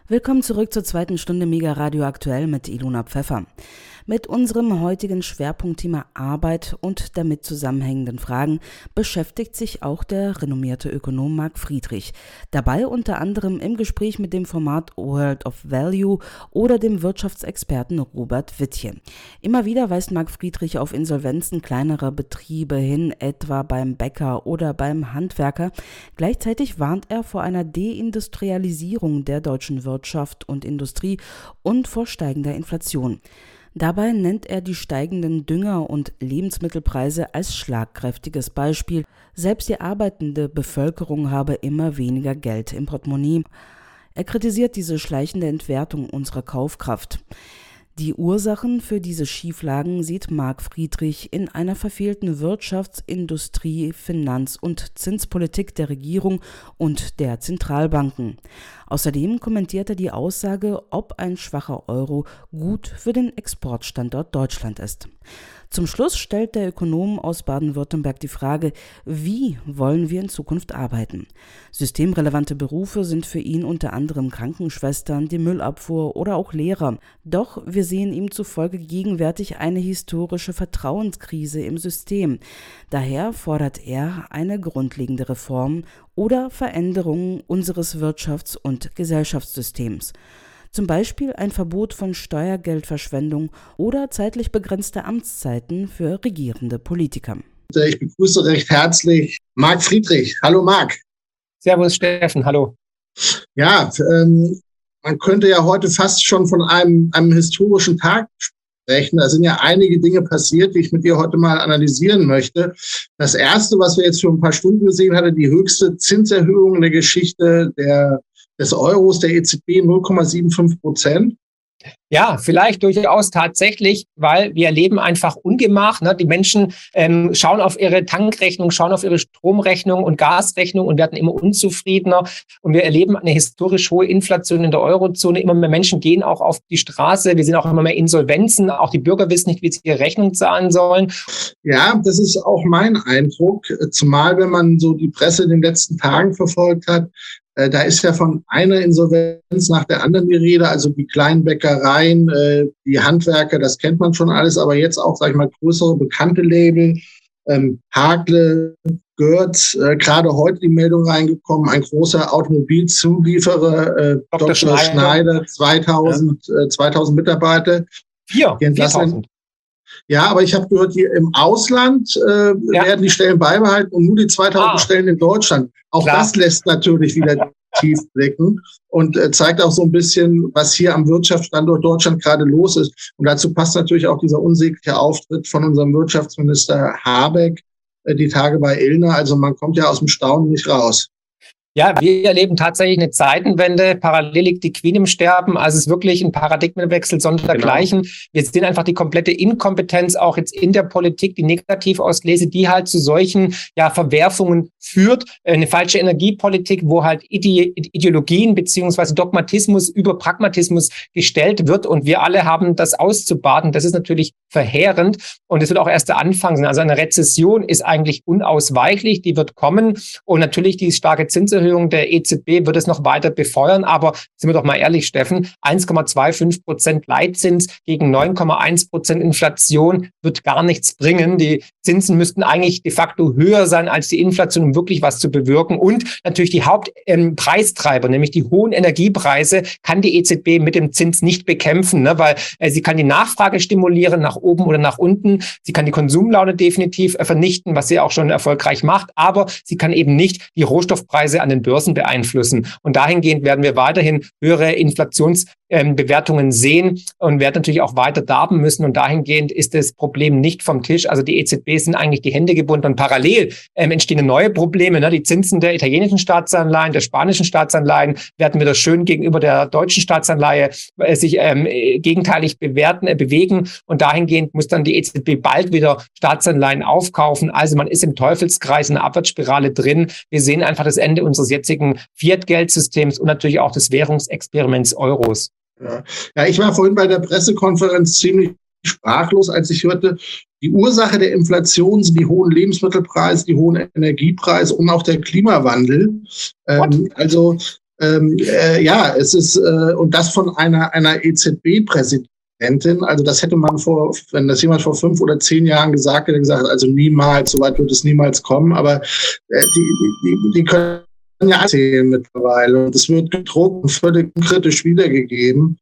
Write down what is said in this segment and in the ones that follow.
Willkommen zurück zur zweiten Stunde Mega Radio Aktuell mit Ilona Pfeffer. Mit unserem heutigen Schwerpunktthema Arbeit und damit zusammenhängenden Fragen beschäftigt sich auch der renommierte Ökonom Marc Friedrich. Dabei unter anderem im Gespräch mit dem Format World of Value oder dem Wirtschaftsexperten Robert Wittje. Immer wieder weist Marc Friedrich auf Insolvenzen kleinerer Betriebe hin, etwa beim Bäcker oder beim Handwerker. Gleichzeitig warnt er vor einer Deindustrialisierung der deutschen Wirtschaft und Industrie und vor steigender Inflation. Dabei nennt er die steigenden Dünger- und Lebensmittelpreise als schlagkräftiges Beispiel. Selbst die arbeitende Bevölkerung habe immer weniger Geld im Portemonnaie. Er kritisiert diese schleichende Entwertung unserer Kaufkraft. Die Ursachen für diese Schieflagen sieht Marc Friedrich in einer verfehlten Wirtschafts-, Industrie-, Finanz- und Zinspolitik der Regierung und der Zentralbanken. Außerdem kommentiert er die Aussage, ob ein schwacher Euro gut für den Exportstandort Deutschland ist. Zum Schluss stellt der Ökonom aus Baden-Württemberg die Frage, wie wollen wir in Zukunft arbeiten? Systemrelevante Berufe sind für ihn unter anderem Krankenschwestern, die Müllabfuhr oder auch Lehrer. Doch wir sehen ihm zufolge gegenwärtig eine historische Vertrauenskrise im System. Daher fordert er eine grundlegende Reform oder Veränderung unseres Wirtschafts- und Gesellschaftssystems. Zum Beispiel ein Verbot von Steuergeldverschwendung oder zeitlich begrenzte Amtszeiten für regierende Politiker. Ich begrüße recht herzlich Marc Friedrich. Hallo Marc. Servus Steffen, hallo. Ja, man könnte ja heute fast schon von einem historischen Tag sprechen. Da sind ja einige Dinge passiert, die ich mit dir heute mal analysieren möchte. Das erste, was wir jetzt für ein paar Stunden gesehen hatten, die höchste Zinserhöhung in der Geschichte des Euros, der EZB, 0,75%. Ja, vielleicht durchaus tatsächlich, weil wir erleben einfach Ungemach. Ne? Die Menschen schauen auf ihre Tankrechnung, schauen auf ihre Stromrechnung und Gasrechnung und werden immer unzufriedener. Und wir erleben eine historisch hohe Inflation in der Eurozone. Immer mehr Menschen gehen auch auf die Straße. Wir sehen auch immer mehr Insolvenzen. Auch die Bürger wissen nicht, wie sie ihre Rechnung zahlen sollen. Ja, das ist auch mein Eindruck. Zumal, wenn man so die Presse in den letzten Tagen verfolgt hat, da ist ja von einer Insolvenz nach der anderen die Rede, also die kleinen Bäckereien, die Handwerker, das kennt man schon alles, aber jetzt auch, sag ich mal, größere bekannte Label, Hakle, Görz, gerade heute die Meldung reingekommen, ein großer Automobilzulieferer, Dr. Schneider, 2000 Mitarbeiter. 4.000. Ja, aber ich habe gehört, hier im Ausland werden die Stellen beibehalten und nur die 2000 Stellen in Deutschland. Auch klar. Das lässt natürlich wieder tief blicken und zeigt auch so ein bisschen, was hier am Wirtschaftsstandort Deutschland gerade los ist. Und dazu passt natürlich auch dieser unsägliche Auftritt von unserem Wirtschaftsminister Habeck die Tage bei Illner. Also man kommt ja aus dem Staunen nicht raus. Ja, wir erleben tatsächlich eine Zeitenwende. Parallel liegt die Queen im Sterben. Also es ist wirklich ein Paradigmenwechsel sondergleichen. Genau. Wir sehen einfach die komplette Inkompetenz auch jetzt in der Politik, die negativ auslese, die halt zu solchen Verwerfungen führt. Eine falsche Energiepolitik, wo halt Ideologien beziehungsweise Dogmatismus über Pragmatismus gestellt wird. Und wir alle haben das auszubaden. Das ist natürlich verheerend. Und es wird auch erst der Anfang sein. Also eine Rezession ist eigentlich unausweichlich. Die wird kommen. Und natürlich die starke Zinserhöhung der EZB wird es noch weiter befeuern, aber sind wir doch mal ehrlich, Steffen, 1,25% Leitzins gegen 9,1% Inflation wird gar nichts bringen. Die Zinsen müssten eigentlich de facto höher sein als die Inflation, um wirklich was zu bewirken. Und natürlich die Hauptpreistreiber, nämlich die hohen Energiepreise, kann die EZB mit dem Zins nicht bekämpfen, ne? Weil sie kann die Nachfrage stimulieren, nach oben oder nach unten. Sie kann die Konsumlaune definitiv vernichten, was sie auch schon erfolgreich macht, aber sie kann eben nicht die Rohstoffpreise an den Börsen beeinflussen. Und dahingehend werden wir weiterhin höhere Inflationsbewertungen sehen und werden natürlich auch weiter darben müssen. Und dahingehend ist das Problem nicht vom Tisch. Also die EZB sind eigentlich die Hände gebunden und parallel entstehen neue Probleme. Ne? Die Zinsen der italienischen Staatsanleihen, der spanischen Staatsanleihen werden wieder schön gegenüber der deutschen Staatsanleihe sich gegenteilig bewegen. Und dahingehend muss dann die EZB bald wieder Staatsanleihen aufkaufen. Also man ist im Teufelskreis, in einer Abwärtsspirale drin. Wir sehen einfach das Ende unseres jetzigen Fiat-Geldsystems und natürlich auch des Währungsexperiments Euros. Ja, ich war vorhin bei der Pressekonferenz ziemlich sprachlos, als ich hörte, die Ursache der Inflation sind die hohen Lebensmittelpreise, die hohen Energiepreise und auch der Klimawandel. Also Es ist, und das von einer EZB-Präsidentin. Also das hätte man wenn das jemand vor 5 oder 10 Jahren gesagt hätte, gesagt, also niemals, so weit wird es niemals kommen. Aber die können ja erzählen mittlerweile. Und es wird gedruckt und völlig kritisch wiedergegeben.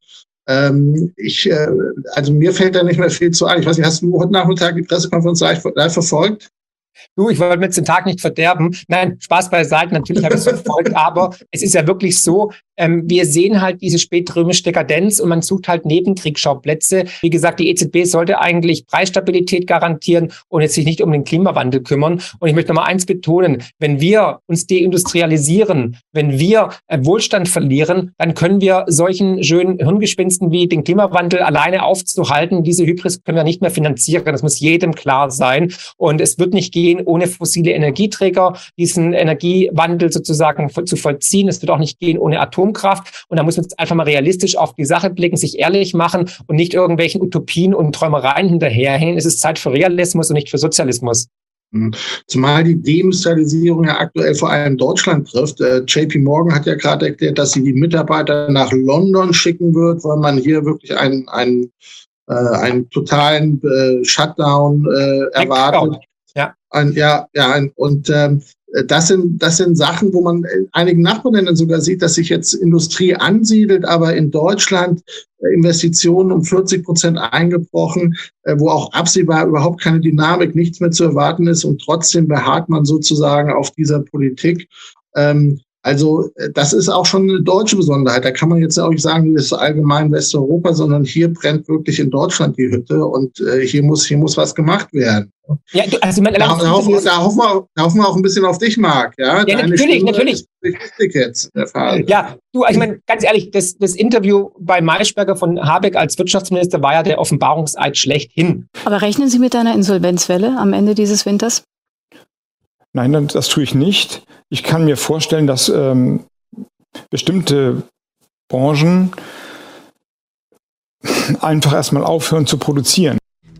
Also mir fällt da nicht mehr viel zu ein. Ich weiß nicht, hast du heute Nachmittag die Pressekonferenz live verfolgt? Du, ich wollte mir jetzt den Tag nicht verderben. Nein, Spaß beiseite, natürlich habe ich es verfolgt, aber es ist ja wirklich so, wir sehen halt diese spätrömische Dekadenz und man sucht halt Nebenkriegsschauplätze. Wie gesagt, die EZB sollte eigentlich Preisstabilität garantieren und jetzt sich nicht um den Klimawandel kümmern. Und ich möchte nochmal eins betonen, wenn wir uns deindustrialisieren, wenn wir Wohlstand verlieren, dann können wir solchen schönen Hirngespinsten wie den Klimawandel alleine aufzuhalten. Diese Hybris können wir nicht mehr finanzieren. Das muss jedem klar sein. Und es wird nicht gehen, ohne fossile Energieträger diesen Energiewandel sozusagen zu vollziehen. Es wird auch nicht gehen ohne Atomkraft. Und da muss man jetzt einfach mal realistisch auf die Sache blicken, sich ehrlich machen und nicht irgendwelchen Utopien und Träumereien hinterherhängen. Es ist Zeit für Realismus und nicht für Sozialismus. Zumal die Deindustrialisierung ja aktuell vor allem Deutschland trifft. JP Morgan hat ja gerade erklärt, dass sie die Mitarbeiter nach London schicken wird, weil man hier wirklich einen totalen Shutdown erwartet. Das sind Sachen, wo man in einigen Nachbarländern sogar sieht, dass sich jetzt Industrie ansiedelt, aber in Deutschland Investitionen um 40% eingebrochen, wo auch absehbar überhaupt keine Dynamik, nichts mehr zu erwarten ist und trotzdem beharrt man sozusagen auf dieser Politik. Also das ist auch schon eine deutsche Besonderheit. Da kann man jetzt auch nicht sagen, das ist allgemein Westeuropa, sondern hier brennt wirklich in Deutschland die Hütte und hier muss was gemacht werden. Ja, also da hoffen wir auch ein bisschen auf dich, Marc. Ja, natürlich. Jetzt der Fall. Ja, du, ich meine, ganz ehrlich, das Interview bei Maischberger von Habeck als Wirtschaftsminister war ja der Offenbarungseid schlechthin. Aber rechnen Sie mit einer Insolvenzwelle am Ende dieses Winters? Nein, das tue ich nicht. Ich kann mir vorstellen, dass bestimmte Branchen einfach erstmal aufhören zu produzieren.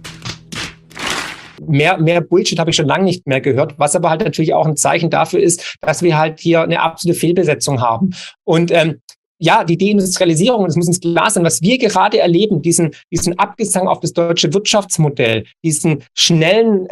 Mehr Bullshit habe ich schon lange nicht mehr gehört, was aber halt natürlich auch ein Zeichen dafür ist, dass wir halt hier eine absolute Fehlbesetzung haben. Und die Deindustrialisierung, das muss uns klar sein, was wir gerade erleben, diesen Abgesang auf das deutsche Wirtschaftsmodell, diesen schnellen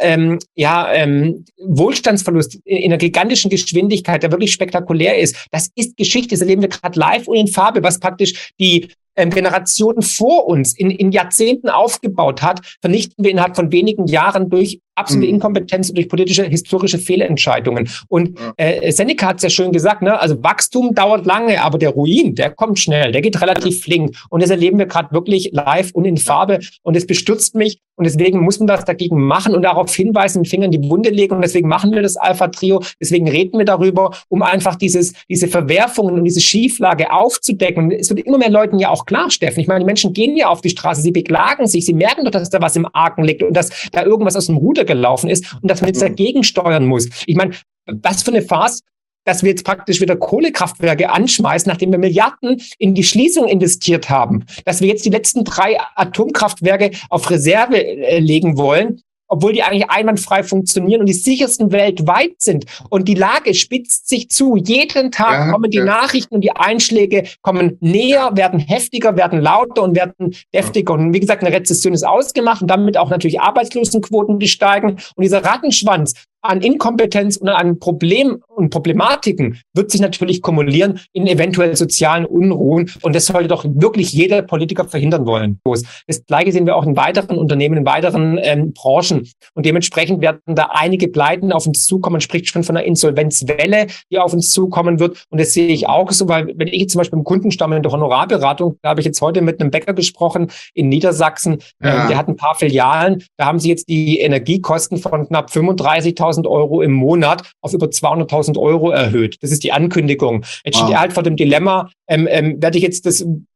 Wohlstandsverlust in einer gigantischen Geschwindigkeit, der wirklich spektakulär ist, das ist Geschichte, das erleben wir gerade live und in Farbe, was praktisch die Generationen vor uns in Jahrzehnten aufgebaut hat, vernichten wir innerhalb von wenigen Jahren durch absolute Inkompetenz und durch politische, historische Fehlentscheidungen. Und Seneca hat es ja schön gesagt, ne? Also Wachstum dauert lange, aber der Ruin, der kommt schnell, der geht relativ flink. Und das erleben wir gerade wirklich live und in Farbe. Und es bestürzt mich. Und deswegen muss man das dagegen machen und darauf hinweisen, den Finger in die Wunde legen. Und deswegen machen wir das Alpha-Trio. Deswegen reden wir darüber, um einfach diese Verwerfungen und diese Schieflage aufzudecken. Und es wird immer mehr Leuten ja auch klar, Steffen. Ich meine, die Menschen gehen ja auf die Straße, sie beklagen sich, sie merken doch, dass da was im Argen liegt und dass da irgendwas aus dem Ruder gelaufen ist und dass man jetzt dagegen steuern muss. Ich meine, was für eine Farce, dass wir jetzt praktisch wieder Kohlekraftwerke anschmeißen, nachdem wir Milliarden in die Schließung investiert haben. Dass wir jetzt die letzten 3 Atomkraftwerke auf Reserve legen wollen, obwohl die eigentlich einwandfrei funktionieren und die sichersten weltweit sind. Und die Lage spitzt sich zu. Jeden Tag kommen die Nachrichten und die Einschläge kommen näher, werden heftiger, werden lauter und werden deftiger. Und wie gesagt, eine Rezession ist ausgemacht und damit auch natürlich Arbeitslosenquoten, die steigen. Und dieser Rattenschwanz an Inkompetenz und an Problemen und Problematiken wird sich natürlich kumulieren in eventuell sozialen Unruhen. Und das sollte doch wirklich jeder Politiker verhindern wollen. Das Gleiche sehen wir auch in weiteren Unternehmen, in weiteren Branchen. Und dementsprechend werden da einige Pleiten auf uns zukommen. Man spricht schon von einer Insolvenzwelle, die auf uns zukommen wird. Und das sehe ich auch so, weil wenn ich jetzt zum Beispiel im Kundenstamm in der Honorarberatung, da habe ich jetzt heute mit einem Bäcker gesprochen in Niedersachsen, der hat ein paar Filialen, da haben sie jetzt die Energiekosten von knapp 35.000 Euro im Monat auf über 200.000 Euro erhöht. Das ist die Ankündigung. Jetzt steht er halt vor dem Dilemma, werde ich jetzt das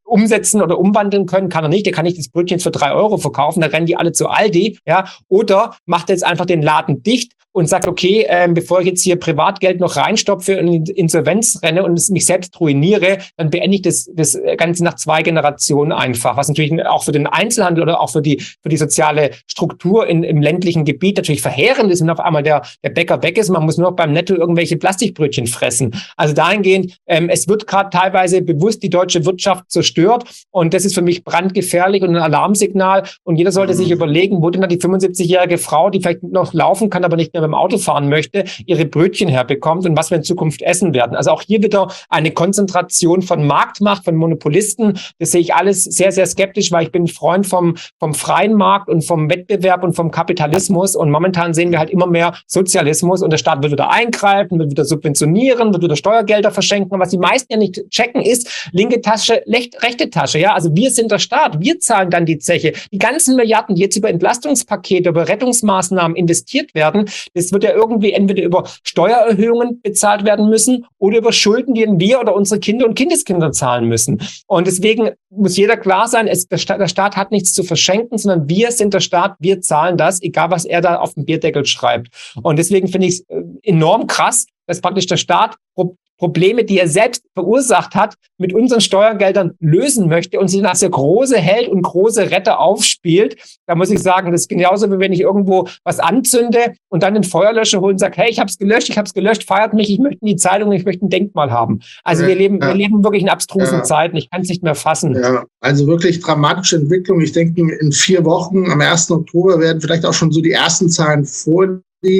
umsetzen oder umwandeln können, kann er nicht. Der kann nicht das Brötchen für 3 Euro verkaufen, dann rennen die alle zu Aldi, ja. Oder macht er jetzt einfach den Laden dicht und sagt, okay, bevor ich jetzt hier Privatgeld noch reinstopfe und in Insolvenz renne und mich selbst ruiniere, dann beende ich das Ganze nach 2 Generationen einfach. Was natürlich auch für den Einzelhandel oder auch für die soziale Struktur im ländlichen Gebiet natürlich verheerend ist, wenn auf einmal der Bäcker weg ist. Man muss nur noch beim Netto irgendwelche Plastikbrötchen fressen. Also dahingehend, es wird gerade teilweise bewusst die deutsche Wirtschaft zerstört und das ist für mich brandgefährlich und ein Alarmsignal. Und jeder sollte sich überlegen, wo denn da die 75-jährige Frau, die vielleicht noch laufen kann, aber nicht mehr beim Auto fahren möchte, ihre Brötchen herbekommt und was wir in Zukunft essen werden. Also auch hier wieder eine Konzentration von Marktmacht, von Monopolisten. Das sehe ich alles sehr, sehr skeptisch, weil ich bin Freund vom freien Markt und vom Wettbewerb und vom Kapitalismus. Und momentan sehen wir halt immer mehr Sozialismus und der Staat wird wieder eingreifen, wird wieder subventionieren, wird wieder Steuergelder verschenken. Und was die meisten ja nicht checken ist, linke Tasche, rechte Tasche. Ja, also wir sind der Staat. Wir zahlen dann die Zeche. Die ganzen Milliarden, die jetzt über Entlastungspakete, über Rettungsmaßnahmen investiert werden, das wird ja irgendwie entweder über Steuererhöhungen bezahlt werden müssen oder über Schulden, die wir oder unsere Kinder und Kindeskinder zahlen müssen. Und deswegen muss jeder klar sein, der Staat hat nichts zu verschenken, sondern wir sind der Staat, wir zahlen das, egal was er da auf dem Bierdeckel schreibt. Und deswegen finde ich es enorm krass, dass praktisch der Staat Probleme, die er selbst verursacht hat, mit unseren Steuergeldern lösen möchte und sich als der große Held und große Retter aufspielt. Da muss ich sagen, das ist genauso, wie wenn ich irgendwo was anzünde und dann den Feuerlöscher hole und sage, hey, ich hab's gelöscht, feiert mich, ich möchte in die Zeitung, ich möchte ein Denkmal haben. Also wir leben wirklich in abstrusen Zeiten, ich kann es nicht mehr fassen. Ja, also wirklich dramatische Entwicklung. Ich denke, in 4 Wochen, am 1. Oktober, werden vielleicht auch schon so die ersten Zahlen vorliegen,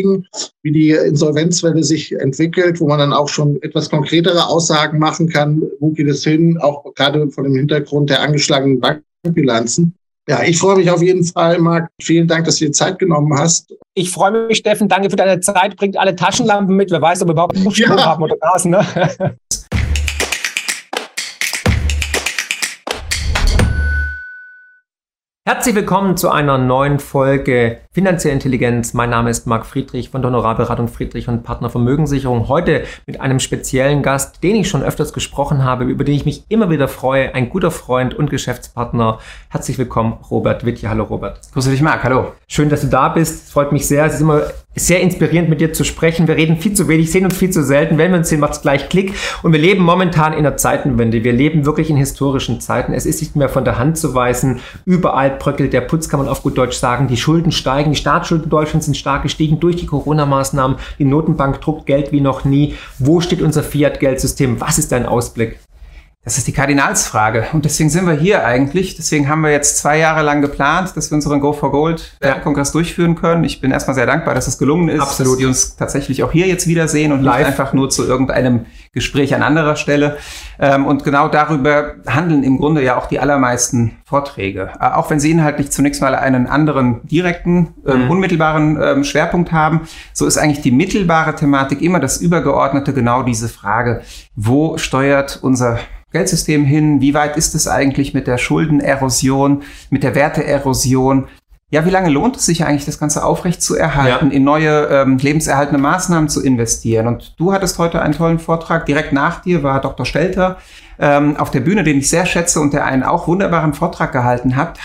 wie die Insolvenzwelle sich entwickelt, wo man dann auch schon etwas konkretere Aussagen machen kann, wo geht es hin, auch gerade vor dem Hintergrund der angeschlagenen Bankbilanzen. Ja, ich freue mich auf jeden Fall, Marc. Vielen Dank, dass du dir Zeit genommen hast. Ich freue mich, Steffen. Danke für deine Zeit. Bringt alle Taschenlampen mit. Wer weiß, ob wir überhaupt noch Strom haben oder Gas, ne? Herzlich willkommen zu einer neuen Folge Finanzielle Intelligenz. Mein Name ist Marc Friedrich von der Honorarberatung Friedrich und Partner Vermögenssicherung. Heute mit einem speziellen Gast, den ich schon öfters gesprochen habe, über den ich mich immer wieder freue. Ein guter Freund und Geschäftspartner. Herzlich willkommen, Robert Wittje. Hallo, Robert. Grüße dich, Marc. Hallo. Schön, dass du da bist. Es freut mich sehr. Es ist immer sehr inspirierend, mit dir zu sprechen. Wir reden viel zu wenig, sehen uns viel zu selten. Wenn wir uns sehen, macht es gleich Klick. Und wir leben momentan in der Zeitenwende. Wir leben wirklich in historischen Zeiten. Es ist nicht mehr von der Hand zu weisen. Überall bröckelt der Putz, kann man auf gut Deutsch sagen. Die Schulden steigen. Die Staatsschulden Deutschlands sind stark gestiegen durch die Corona-Maßnahmen. Die Notenbank druckt Geld wie noch nie. Wo steht unser Fiat-Geldsystem? Was ist dein Ausblick? Das ist die Kardinalsfrage. Und deswegen sind wir hier eigentlich. Deswegen haben wir jetzt 2 Jahre lang geplant, dass wir unseren Go for Gold Kongress durchführen können. Ich bin erstmal sehr dankbar, dass es gelungen ist. Absolut. Dass wir uns tatsächlich auch hier jetzt wiedersehen und live, nicht einfach nur zu irgendeinem Gespräch an anderer Stelle. Und genau darüber handeln im Grunde ja auch die allermeisten Vorträge. Auch wenn sie inhaltlich zunächst mal einen anderen direkten, unmittelbaren Schwerpunkt haben, so ist eigentlich die mittelbare Thematik immer das Übergeordnete, genau diese Frage: Wo steuert unser Geldsystem hin? Wie weit ist es eigentlich mit der Schuldenerosion, mit der Werteerosion? Ja, wie lange lohnt es sich eigentlich, das Ganze aufrecht zu erhalten, in neue lebenserhaltende Maßnahmen zu investieren? Und du hattest heute einen tollen Vortrag. Direkt nach dir war Dr. Stelter auf der Bühne, den ich sehr schätze und der einen auch wunderbaren Vortrag gehalten hat.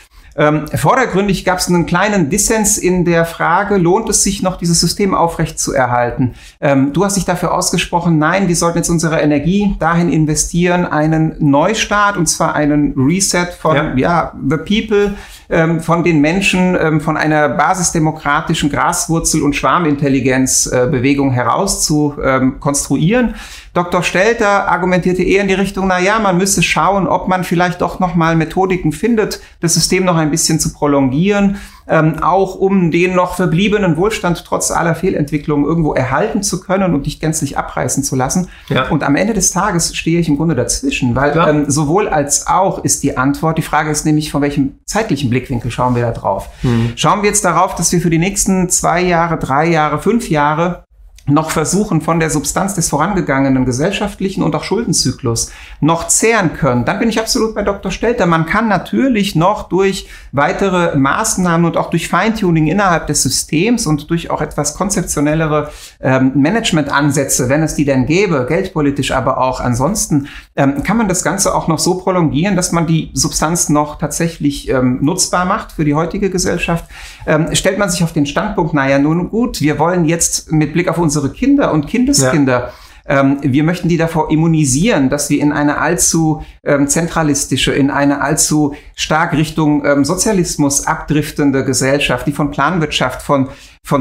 Vordergründig gab es einen kleinen Dissens in der Frage, lohnt es sich noch, dieses System aufrecht zu erhalten? Du hast dich dafür ausgesprochen, nein, wir sollten jetzt unsere Energie dahin investieren, einen Neustart, und zwar einen Reset von the people, von den Menschen, von einer basisdemokratischen Graswurzel- und Schwarmintelligenzbewegung heraus zu konstruieren. Dr. Stelter argumentierte eher in die Richtung, man müsse schauen, ob man vielleicht doch nochmal Methodiken findet, das System noch ein bisschen zu prolongieren, auch um den noch verbliebenen Wohlstand trotz aller Fehlentwicklungen irgendwo erhalten zu können und nicht gänzlich abreißen zu lassen. Ja. Und am Ende des Tages stehe ich im Grunde dazwischen, weil sowohl als auch ist die Antwort. Die Frage ist nämlich, von welchem zeitlichen Blickwinkel schauen wir da drauf? Schauen wir jetzt darauf, dass wir für die nächsten 2 Jahre, 3 Jahre, 5 Jahre noch versuchen, von der Substanz des vorangegangenen gesellschaftlichen und auch Schuldenzyklus noch zehren können, dann bin ich absolut bei Dr. Stelter. Man kann natürlich noch durch weitere Maßnahmen und auch durch Feintuning innerhalb des Systems und durch auch etwas konzeptionellere Managementansätze, wenn es die denn gäbe, geldpolitisch, aber auch ansonsten, kann man das Ganze auch noch so prolongieren, dass man die Substanz noch tatsächlich nutzbar macht für die heutige Gesellschaft. Stellt man sich auf den Standpunkt, naja, nun gut, wir wollen jetzt mit Blick auf unsere Kinder und Kindeskinder, wir möchten die davor immunisieren, dass wir in eine allzu zentralistische, in eine allzu stark Richtung Sozialismus abdriftende Gesellschaft, die von Planwirtschaft, von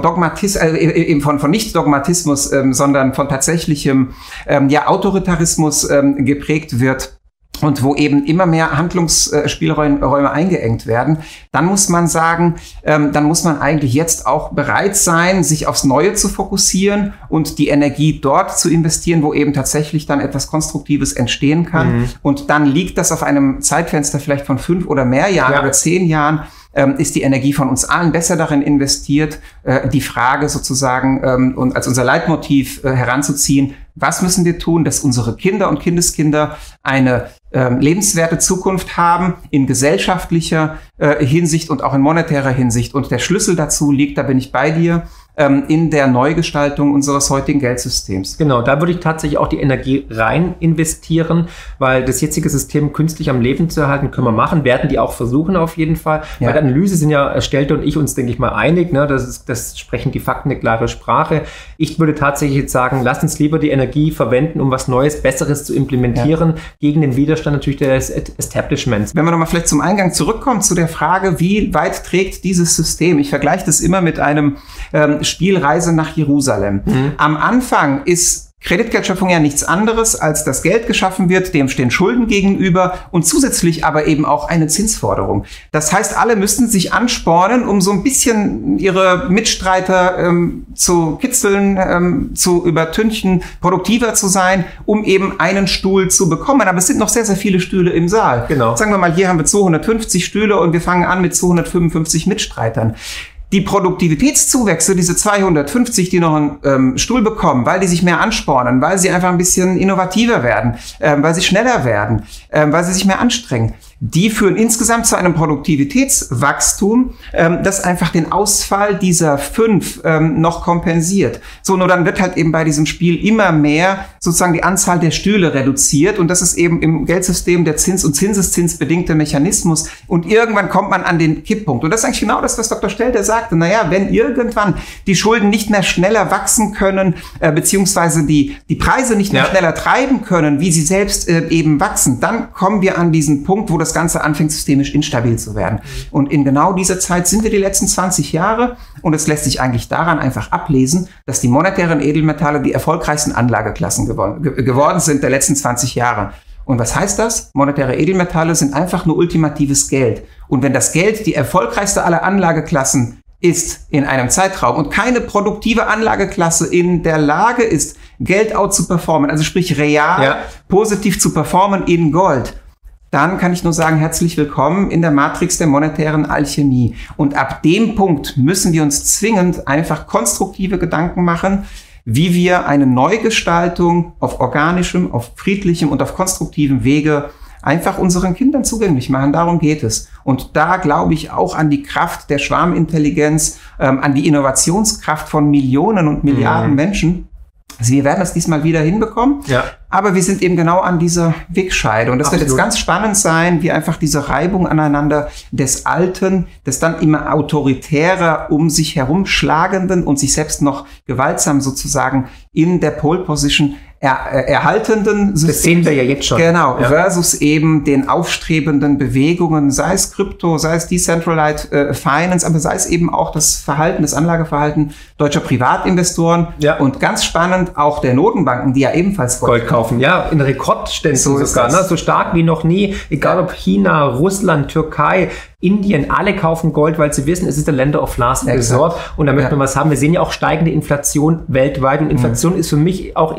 nicht Dogmatismus, sondern von tatsächlichem Autoritarismus geprägt wird. Und wo eben immer mehr Handlungsspielräume eingeengt werden, dann muss man sagen, dann muss man eigentlich jetzt auch bereit sein, sich aufs Neue zu fokussieren und die Energie dort zu investieren, wo eben tatsächlich dann etwas Konstruktives entstehen kann. Und dann liegt das auf einem Zeitfenster vielleicht von 5 oder mehr Jahren oder 10 Jahren, ist die Energie von uns allen besser darin investiert, die Frage sozusagen und als unser Leitmotiv heranzuziehen, was müssen wir tun, dass unsere Kinder und Kindeskinder eine lebenswerte Zukunft haben in gesellschaftlicher Hinsicht und auch in monetärer Hinsicht. Und der Schlüssel dazu liegt, da bin ich bei dir, in der Neugestaltung unseres heutigen Geldsystems. Genau, da würde ich tatsächlich auch die Energie rein investieren, weil das jetzige System künstlich am Leben zu erhalten, können wir machen, werden die auch versuchen auf jeden Fall. Bei der Analyse sind ja Stelter und ich uns, denke ich mal, einig, ne? Das sprechen die Fakten eine klare Sprache. Ich würde tatsächlich jetzt sagen, lasst uns lieber die Energie verwenden, um was Neues, Besseres zu implementieren, gegen den Widerstand natürlich des Establishments. Wenn wir nochmal vielleicht zum Eingang zurückkommen, zu der Frage, wie weit trägt dieses System? Ich vergleiche das immer mit einem Spielreise nach Jerusalem. Am Anfang ist Kreditgeldschöpfung ja nichts anderes, als dass Geld geschaffen wird, dem stehen Schulden gegenüber und zusätzlich aber eben auch eine Zinsforderung. Das heißt, alle müssten sich anspornen, um so ein bisschen ihre Mitstreiter zu kitzeln, zu übertünchen, produktiver zu sein, um eben einen Stuhl zu bekommen. Aber es sind noch sehr, sehr viele Stühle im Saal. Genau. Sagen wir mal, hier haben wir 250 Stühle und wir fangen an mit 255 Mitstreitern. Die Produktivitätszuwächse, diese 250, die noch einen Stuhl bekommen, weil die sich mehr anspornen, weil sie einfach ein bisschen innovativer werden, weil sie schneller werden, weil sie sich mehr anstrengen, die führen insgesamt zu einem Produktivitätswachstum, das einfach den Ausfall dieser 5 noch kompensiert. So, nur dann wird halt eben bei diesem Spiel immer mehr sozusagen die Anzahl der Stühle reduziert und das ist eben im Geldsystem der Zins- und Zinseszinsbedingte Mechanismus und irgendwann kommt man an den Kipppunkt. Und das ist eigentlich genau das, was Dr. Stelter sagte. Naja, wenn irgendwann die Schulden nicht mehr schneller wachsen können, beziehungsweise die Preise nicht mehr schneller treiben können, wie sie selbst eben wachsen, dann kommen wir an diesen Punkt, wo das Ganze anfängt, systemisch instabil zu werden. Und in genau dieser Zeit sind wir die letzten 20 Jahre und es lässt sich eigentlich daran einfach ablesen, dass die monetären Edelmetalle die erfolgreichsten Anlageklassen geworden sind der letzten 20 Jahre. Und was heißt das? Monetäre Edelmetalle sind einfach nur ultimatives Geld. Und wenn das Geld die erfolgreichste aller Anlageklassen ist in einem Zeitraum und keine produktive Anlageklasse in der Lage ist, Geld out zu performen, also sprich real positiv zu performen in Gold, dann kann ich nur sagen, herzlich willkommen in der Matrix der monetären Alchemie. Und ab dem Punkt müssen wir uns zwingend einfach konstruktive Gedanken machen, wie wir eine Neugestaltung auf organischem, auf friedlichem und auf konstruktivem Wege einfach unseren Kindern zugänglich machen. Darum geht es. Und da glaube ich auch an die Kraft der Schwarmintelligenz, an die Innovationskraft von Millionen und Milliarden Menschen. Also wir werden das diesmal wieder hinbekommen, aber wir sind eben genau an dieser Wegscheide. Und das wird jetzt ganz spannend sein, wie einfach diese Reibung aneinander des Alten, des dann immer autoritärer um sich herumschlagenden und sich selbst noch gewaltsam sozusagen in der Pole Position erhaltenden System. Das sehen wir ja jetzt schon. Genau, versus eben den aufstrebenden Bewegungen, sei es Krypto, sei es Decentralized Finance, aber sei es eben auch das Verhalten, das Anlageverhalten deutscher Privatinvestoren und ganz spannend auch der Notenbanken, die ja ebenfalls Gold kaufen. Ja, in Rekordständen sogar, ne? So stark wie noch nie, egal ob China, Russland, Türkei, Indien, alle kaufen Gold, weil sie wissen, es ist der Lender of Last Resort und da möchten wir was haben. Wir sehen ja auch steigende Inflation weltweit und Inflation ist für mich auch immer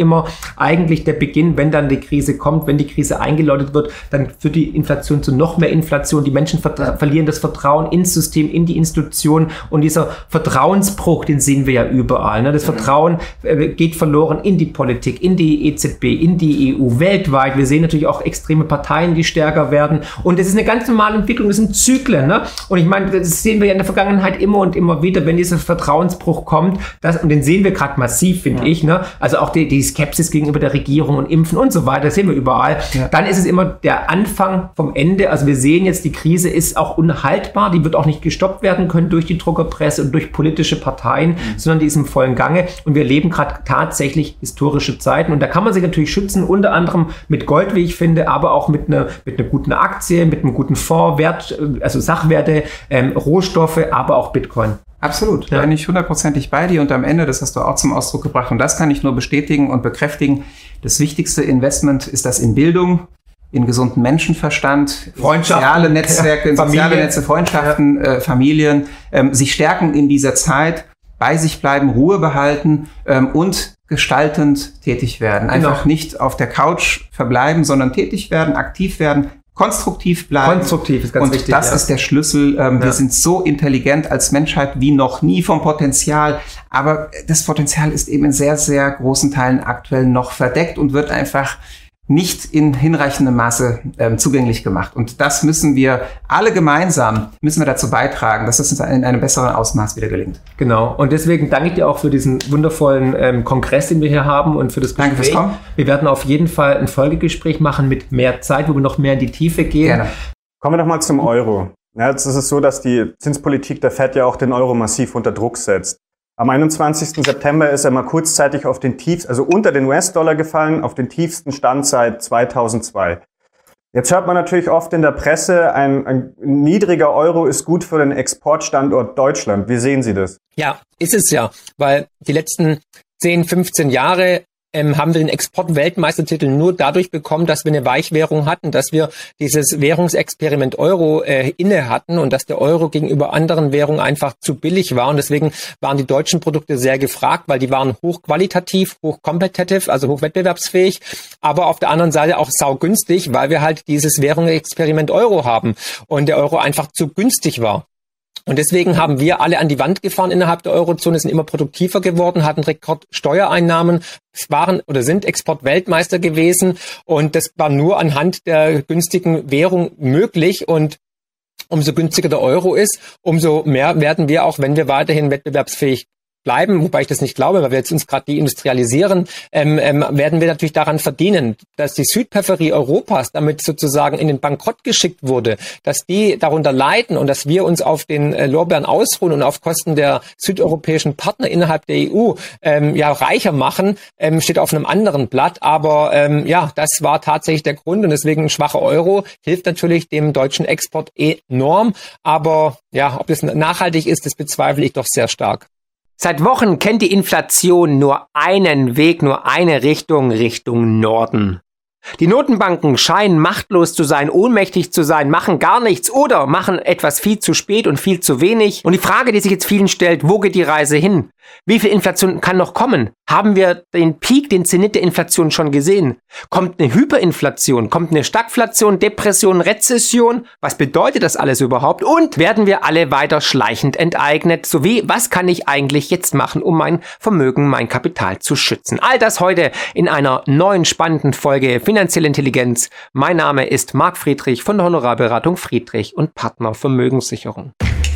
eigentlich der Beginn, wenn dann die Krise kommt, wenn die Krise eingeläutet wird, dann führt die Inflation zu noch mehr Inflation. Die Menschen verlieren das Vertrauen ins System, in die Institutionen, und dieser Vertrauensbruch, den sehen wir ja überall. Ne? Das Vertrauen geht verloren in die Politik, in die EZB, in die EU, weltweit. Wir sehen natürlich auch extreme Parteien, die stärker werden, und das ist eine ganz normale Entwicklung, das sind Zyklen. Ne? Und ich meine, das sehen wir ja in der Vergangenheit immer und immer wieder, wenn dieser Vertrauensbruch kommt, und den sehen wir gerade massiv, finde ich, ne? Also auch die Skepsis gegenüber der Regierung und Impfen und so weiter, das sehen wir überall. Ja. Dann ist es immer der Anfang vom Ende. Also wir sehen jetzt, die Krise ist auch unhaltbar, die wird auch nicht gestoppt werden können durch die Druckerpresse und durch politische Parteien, sondern die ist im vollen Gange, und wir erleben gerade tatsächlich historische Zeiten, und da kann man sich natürlich schützen, unter anderem mit Gold, wie ich finde, aber auch mit einer guten Aktie, mit einem guten Fonds, also Sachwerte, Rohstoffe, aber auch Bitcoin. Absolut, da bin ich 100%ig bei dir, und am Ende, das hast du auch zum Ausdruck gebracht, und das kann ich nur bestätigen und bekräftigen, das wichtigste Investment ist das in Bildung, in gesunden Menschenverstand, soziale Netzwerke, soziale Netze, Freundschaften, Familien, sich stärken in dieser Zeit, bei sich bleiben, Ruhe behalten und gestaltend tätig werden. Einfach nicht auf der Couch verbleiben, sondern tätig werden, aktiv werden, konstruktiv bleiben. Konstruktiv ist ganz wichtig. Und das ist der Schlüssel. Wir sind so intelligent als Menschheit wie noch nie vom Potenzial. Aber das Potenzial ist eben in sehr, sehr großen Teilen aktuell noch verdeckt und wird einfach nicht in hinreichendem Maße zugänglich gemacht. Und das müssen wir alle gemeinsam dazu beitragen, dass es uns in einem besseren Ausmaß wieder gelingt. Genau. Und deswegen danke ich dir auch für diesen wundervollen Kongress, den wir hier haben, und für das Gespräch. Danke fürs Kommen. Wir werden auf jeden Fall ein Folgegespräch machen mit mehr Zeit, wo wir noch mehr in die Tiefe gehen. Gerne. Kommen wir doch mal zum Euro. Ja, jetzt ist es so, dass die Zinspolitik der FED ja auch den Euro massiv unter Druck setzt. Am 21. September ist er mal kurzzeitig auf den also unter den US-Dollar gefallen, auf den tiefsten Stand seit 2002. Jetzt hört man natürlich oft in der Presse, ein niedriger Euro ist gut für den Exportstandort Deutschland. Wie sehen Sie das? Ja, ist es ja, weil die letzten 10, 15 Jahre haben wir den Exportweltmeistertitel nur dadurch bekommen, dass wir eine Weichwährung hatten, dass wir dieses Währungsexperiment Euro inne hatten und dass der Euro gegenüber anderen Währungen einfach zu billig war. Und deswegen waren die deutschen Produkte sehr gefragt, weil die waren hochqualitativ, hochcompetitive, also hochwettbewerbsfähig, aber auf der anderen Seite auch saugünstig, weil wir halt dieses Währungsexperiment Euro haben und der Euro einfach zu günstig war. Und deswegen haben wir alle an die Wand gefahren innerhalb der Eurozone, sind immer produktiver geworden, hatten Rekordsteuereinnahmen, waren oder sind Exportweltmeister gewesen, und das war nur anhand der günstigen Währung möglich. Und umso günstiger der Euro ist, umso mehr werden wir auch, wenn wir weiterhin wettbewerbsfähig bleiben, wobei ich das nicht glaube, weil wir jetzt uns gerade deindustrialisieren, werden wir natürlich daran verdienen, dass die Südperipherie Europas damit sozusagen in den Bankrott geschickt wurde, dass die darunter leiden und dass wir uns auf den Lorbeeren ausruhen und auf Kosten der südeuropäischen Partner innerhalb der EU reicher machen, steht auf einem anderen Blatt. Aber das war tatsächlich der Grund, und deswegen ein schwacher Euro hilft natürlich dem deutschen Export enorm. Aber ob das nachhaltig ist, das bezweifle ich doch sehr stark. Seit Wochen kennt die Inflation nur einen Weg, nur eine Richtung, Richtung Norden. Die Notenbanken scheinen machtlos zu sein, ohnmächtig zu sein, machen gar nichts oder machen etwas viel zu spät und viel zu wenig. Und die Frage, die sich jetzt vielen stellt, wo geht die Reise hin? Wie viel Inflation kann noch kommen? Haben wir den Peak, den Zenit der Inflation schon gesehen? Kommt eine Hyperinflation? Kommt eine Stagflation, Depression, Rezession? Was bedeutet das alles überhaupt? Und werden wir alle weiter schleichend enteignet? Sowie, was kann ich eigentlich jetzt machen, um mein Vermögen, mein Kapital zu schützen? All das heute in einer neuen spannenden Folge Finanzielle Intelligenz. Mein Name ist Marc Friedrich von der Honorarberatung Friedrich und Partner Vermögenssicherung.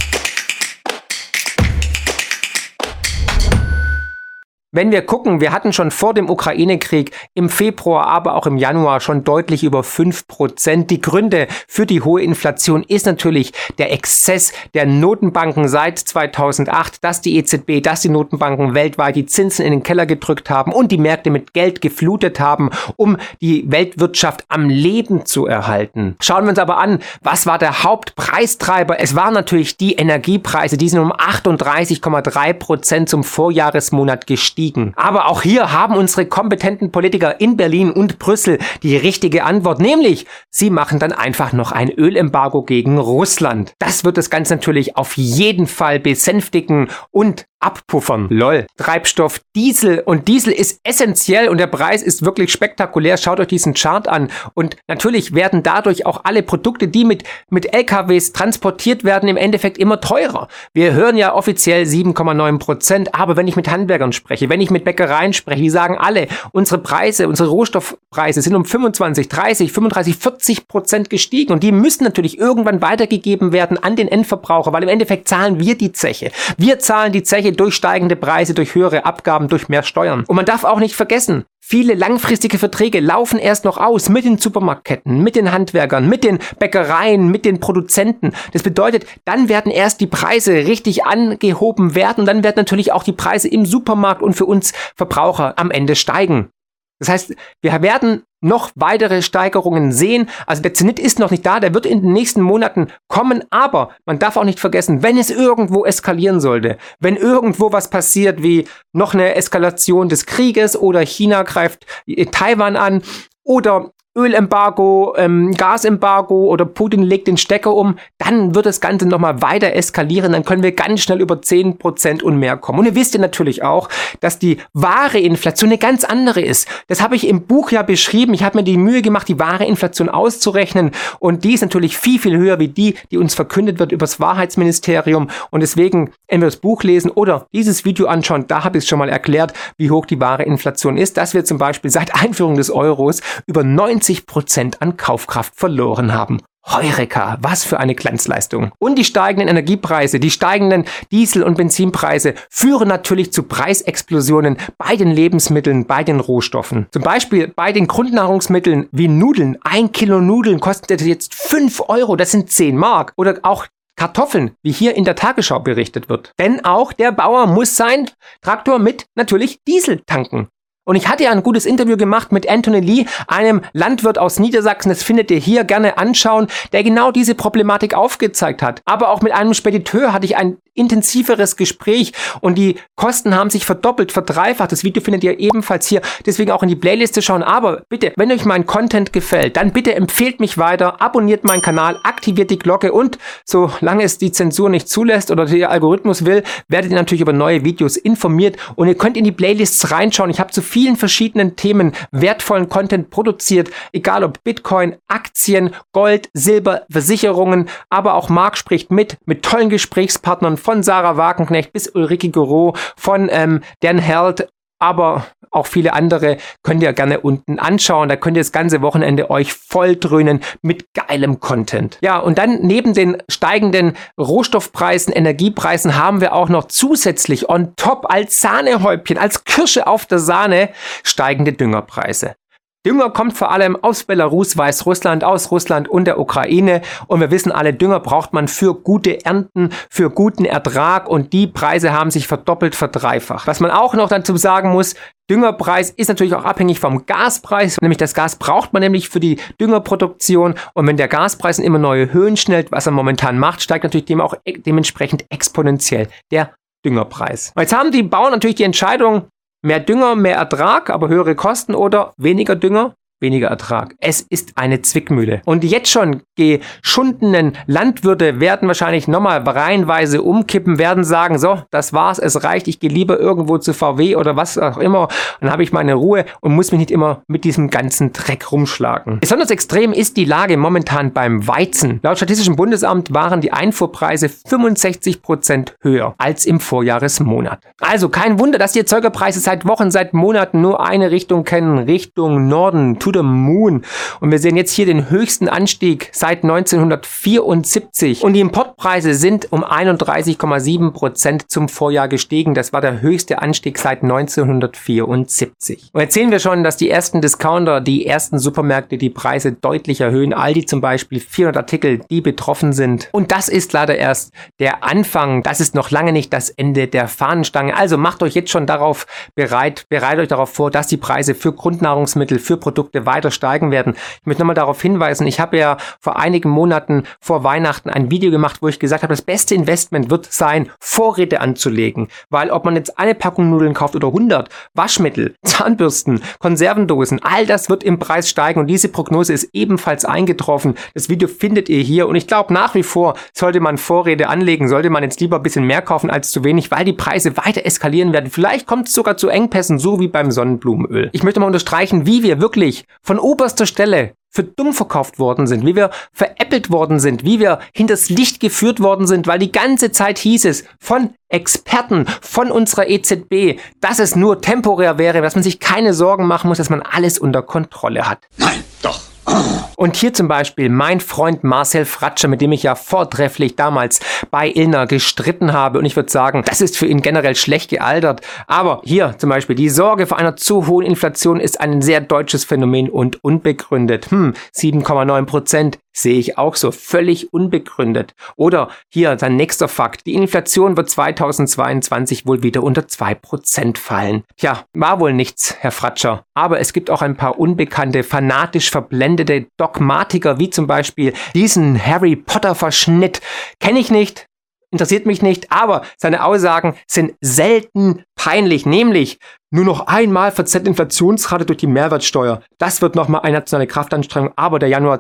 Wenn wir gucken, wir hatten schon vor dem Ukraine-Krieg im Februar, aber auch im Januar schon deutlich über 5%. Die Gründe für die hohe Inflation ist natürlich der Exzess der Notenbanken seit 2008, dass die EZB, dass die Notenbanken weltweit die Zinsen in den Keller gedrückt haben und die Märkte mit Geld geflutet haben, um die Weltwirtschaft am Leben zu erhalten. Schauen wir uns aber an, was war der Hauptpreistreiber? Es waren natürlich die Energiepreise, die sind um 38,3% zum Vorjahresmonat gestiegen. Aber auch hier haben unsere kompetenten Politiker in Berlin und Brüssel die richtige Antwort, nämlich sie machen dann einfach noch ein Ölembargo gegen Russland. Das wird das Ganze natürlich auf jeden Fall besänftigen und abpuffern. Lol. Treibstoff Diesel. Und Diesel ist essentiell und der Preis ist wirklich spektakulär. Schaut euch diesen Chart an. Und natürlich werden dadurch auch alle Produkte, die mit LKWs transportiert werden, im Endeffekt immer teurer. Wir hören ja offiziell 7,9%, aber wenn ich mit Handwerkern spreche, wenn ich mit Bäckereien spreche, die sagen alle, unsere Preise, unsere Rohstoffpreise sind um 25, 30, 35, 40% gestiegen und die müssen natürlich irgendwann weitergegeben werden an den Endverbraucher, weil im Endeffekt zahlen wir die Zeche. Wir zahlen die Zeche durch steigende Preise, durch höhere Abgaben, durch mehr Steuern. Und man darf auch nicht vergessen, viele langfristige Verträge laufen erst noch aus mit den Supermarktketten, mit den Handwerkern, mit den Bäckereien, mit den Produzenten. Das bedeutet, dann werden erst die Preise richtig angehoben werden und dann werden natürlich auch die Preise im Supermarkt und für uns Verbraucher am Ende steigen. Das heißt, wir werden noch weitere Steigerungen sehen. Also der Zenit ist noch nicht da, der wird in den nächsten Monaten kommen, aber man darf auch nicht vergessen, wenn es irgendwo eskalieren sollte, wenn irgendwo was passiert wie noch eine Eskalation des Krieges oder China greift Taiwan an oder Ölembargo, Gasembargo oder Putin legt den Stecker um, dann wird das Ganze nochmal weiter eskalieren, dann können wir ganz schnell über 10% und mehr kommen. Und ihr wisst ja natürlich auch, dass die wahre Inflation eine ganz andere ist. Das habe ich im Buch ja beschrieben. Ich habe mir die Mühe gemacht, die wahre Inflation auszurechnen und die ist natürlich viel, viel höher wie die uns verkündet wird über das Wahrheitsministerium und deswegen entweder das Buch lesen oder dieses Video anschauen. Da habe ich es schon mal erklärt, wie hoch die wahre Inflation ist, dass wir zum Beispiel seit Einführung des Euros über 90% an Kaufkraft verloren haben. Heureka, was für eine Glanzleistung. Und die steigenden Energiepreise, die steigenden Diesel- und Benzinpreise führen natürlich zu Preisexplosionen bei den Lebensmitteln, bei den Rohstoffen. Zum Beispiel bei den Grundnahrungsmitteln wie Nudeln. 1 Kilo Nudeln kostet jetzt 5 Euro, das sind 10 Mark. Oder auch Kartoffeln, wie hier in der Tagesschau berichtet wird. Denn auch der Bauer muss sein Traktor mit natürlich Diesel tanken. Und ich hatte ja ein gutes Interview gemacht mit Anthony Lee, einem Landwirt aus Niedersachsen, das findet ihr hier gerne anschauen, der genau diese Problematik aufgezeigt hat. Aber auch mit einem Spediteur hatte ich ein intensiveres Gespräch und die Kosten haben sich verdoppelt, verdreifacht. Das Video findet ihr ebenfalls hier, deswegen auch in die Playliste schauen. Aber bitte, wenn euch mein Content gefällt, dann bitte empfehlt mich weiter, abonniert meinen Kanal, aktiviert die Glocke und solange es die Zensur nicht zulässt oder der Algorithmus will, werdet ihr natürlich über neue Videos informiert und ihr könnt in die Playlists reinschauen. Ich habe zu vielen verschiedenen Themen wertvollen Content produziert, egal ob Bitcoin, Aktien, Gold, Silber, Versicherungen, aber auch Marc spricht mit tollen Gesprächspartnern von Sarah Wagenknecht bis Ulrike Gero, von Dan Held, aber auch viele andere könnt ihr gerne unten anschauen. Da könnt ihr das ganze Wochenende euch volldröhnen mit geilem Content. Ja, und dann neben den steigenden Rohstoffpreisen, Energiepreisen haben wir auch noch zusätzlich on top als Sahnehäubchen, als Kirsche auf der Sahne steigende Düngerpreise. Dünger kommt vor allem aus Belarus, Weißrussland, aus Russland und der Ukraine. Und wir wissen alle, Dünger braucht man für gute Ernten, für guten Ertrag. Und die Preise haben sich verdoppelt, verdreifacht. Was man auch noch dazu sagen muss, Düngerpreis ist natürlich auch abhängig vom Gaspreis. Nämlich das Gas braucht man nämlich für die Düngerproduktion. Und wenn der Gaspreis in immer neue Höhen schnellt, was er momentan macht, steigt natürlich dementsprechend exponentiell der Düngerpreis. Und jetzt haben die Bauern natürlich die Entscheidung, mehr Dünger, mehr Ertrag, aber höhere Kosten oder weniger Dünger, weniger Ertrag. Es ist eine Zwickmühle. Und die jetzt schon geschundenen Landwirte werden wahrscheinlich nochmal reihenweise umkippen, werden sagen, so, das war's, es reicht, ich gehe lieber irgendwo zu VW oder was auch immer, dann habe ich meine Ruhe und muss mich nicht immer mit diesem ganzen Dreck rumschlagen. Besonders extrem ist die Lage momentan beim Weizen. Laut Statistischem Bundesamt waren die Einfuhrpreise 65% höher als im Vorjahresmonat. Also kein Wunder, dass die Erzeugerpreise seit Wochen, seit Monaten nur eine Richtung kennen, Richtung Norden, to the moon. Und wir sehen jetzt hier den höchsten Anstieg seit 1974. Und die Importpreise sind um 31,7% zum Vorjahr gestiegen. Das war der höchste Anstieg seit 1974. Und jetzt sehen wir schon, dass die ersten Discounter, die ersten Supermärkte die Preise deutlich erhöhen. Aldi zum Beispiel, 400 Artikel, die betroffen sind. Und das ist leider erst der Anfang. Das ist noch lange nicht das Ende der Fahnenstange. Also macht euch jetzt schon darauf bereitet euch darauf vor, dass die Preise für Grundnahrungsmittel, für Produkte Produkte weiter steigen werden. Ich möchte nochmal darauf hinweisen, ich habe ja vor einigen Monaten vor Weihnachten ein Video gemacht, wo ich gesagt habe, das beste Investment wird sein, Vorräte anzulegen. Weil ob man jetzt eine Packung Nudeln kauft oder 100, Waschmittel, Zahnbürsten, Konservendosen, all das wird im Preis steigen und diese Prognose ist ebenfalls eingetroffen. Das Video findet ihr hier und ich glaube nach wie vor sollte man Vorräte anlegen, sollte man jetzt lieber ein bisschen mehr kaufen als zu wenig, weil die Preise weiter eskalieren werden. Vielleicht kommt es sogar zu Engpässen, so wie beim Sonnenblumenöl. Ich möchte mal unterstreichen, wie wir wirklich von oberster Stelle für dumm verkauft worden sind, wie wir veräppelt worden sind, wie wir hinters Licht geführt worden sind, weil die ganze Zeit hieß es von Experten, von unserer EZB, dass es nur temporär wäre, dass man sich keine Sorgen machen muss, dass man alles unter Kontrolle hat. Nein, doch. Und hier zum Beispiel mein Freund Marcel Fratscher, mit dem ich ja vortrefflich damals bei Illner gestritten habe. Und ich würde sagen, das ist für ihn generell schlecht gealtert. Aber hier zum Beispiel, die Sorge vor einer zu hohen Inflation ist ein sehr deutsches Phänomen und unbegründet. 7,9%. Sehe ich auch so, völlig unbegründet. Oder hier sein nächster Fakt, die Inflation wird 2022 wohl wieder unter 2% fallen. Tja, war wohl nichts, Herr Fratscher. Aber es gibt auch ein paar unbekannte, fanatisch verblendete Dogmatiker, wie zum Beispiel diesen Harry Potter-Verschnitt. Kenne ich nicht, interessiert mich nicht, aber seine Aussagen sind selten peinlich, nämlich nur noch einmal verzerrt Inflationsrate durch die Mehrwertsteuer. Das wird nochmal eine nationale Kraftanstrengung, aber der Januar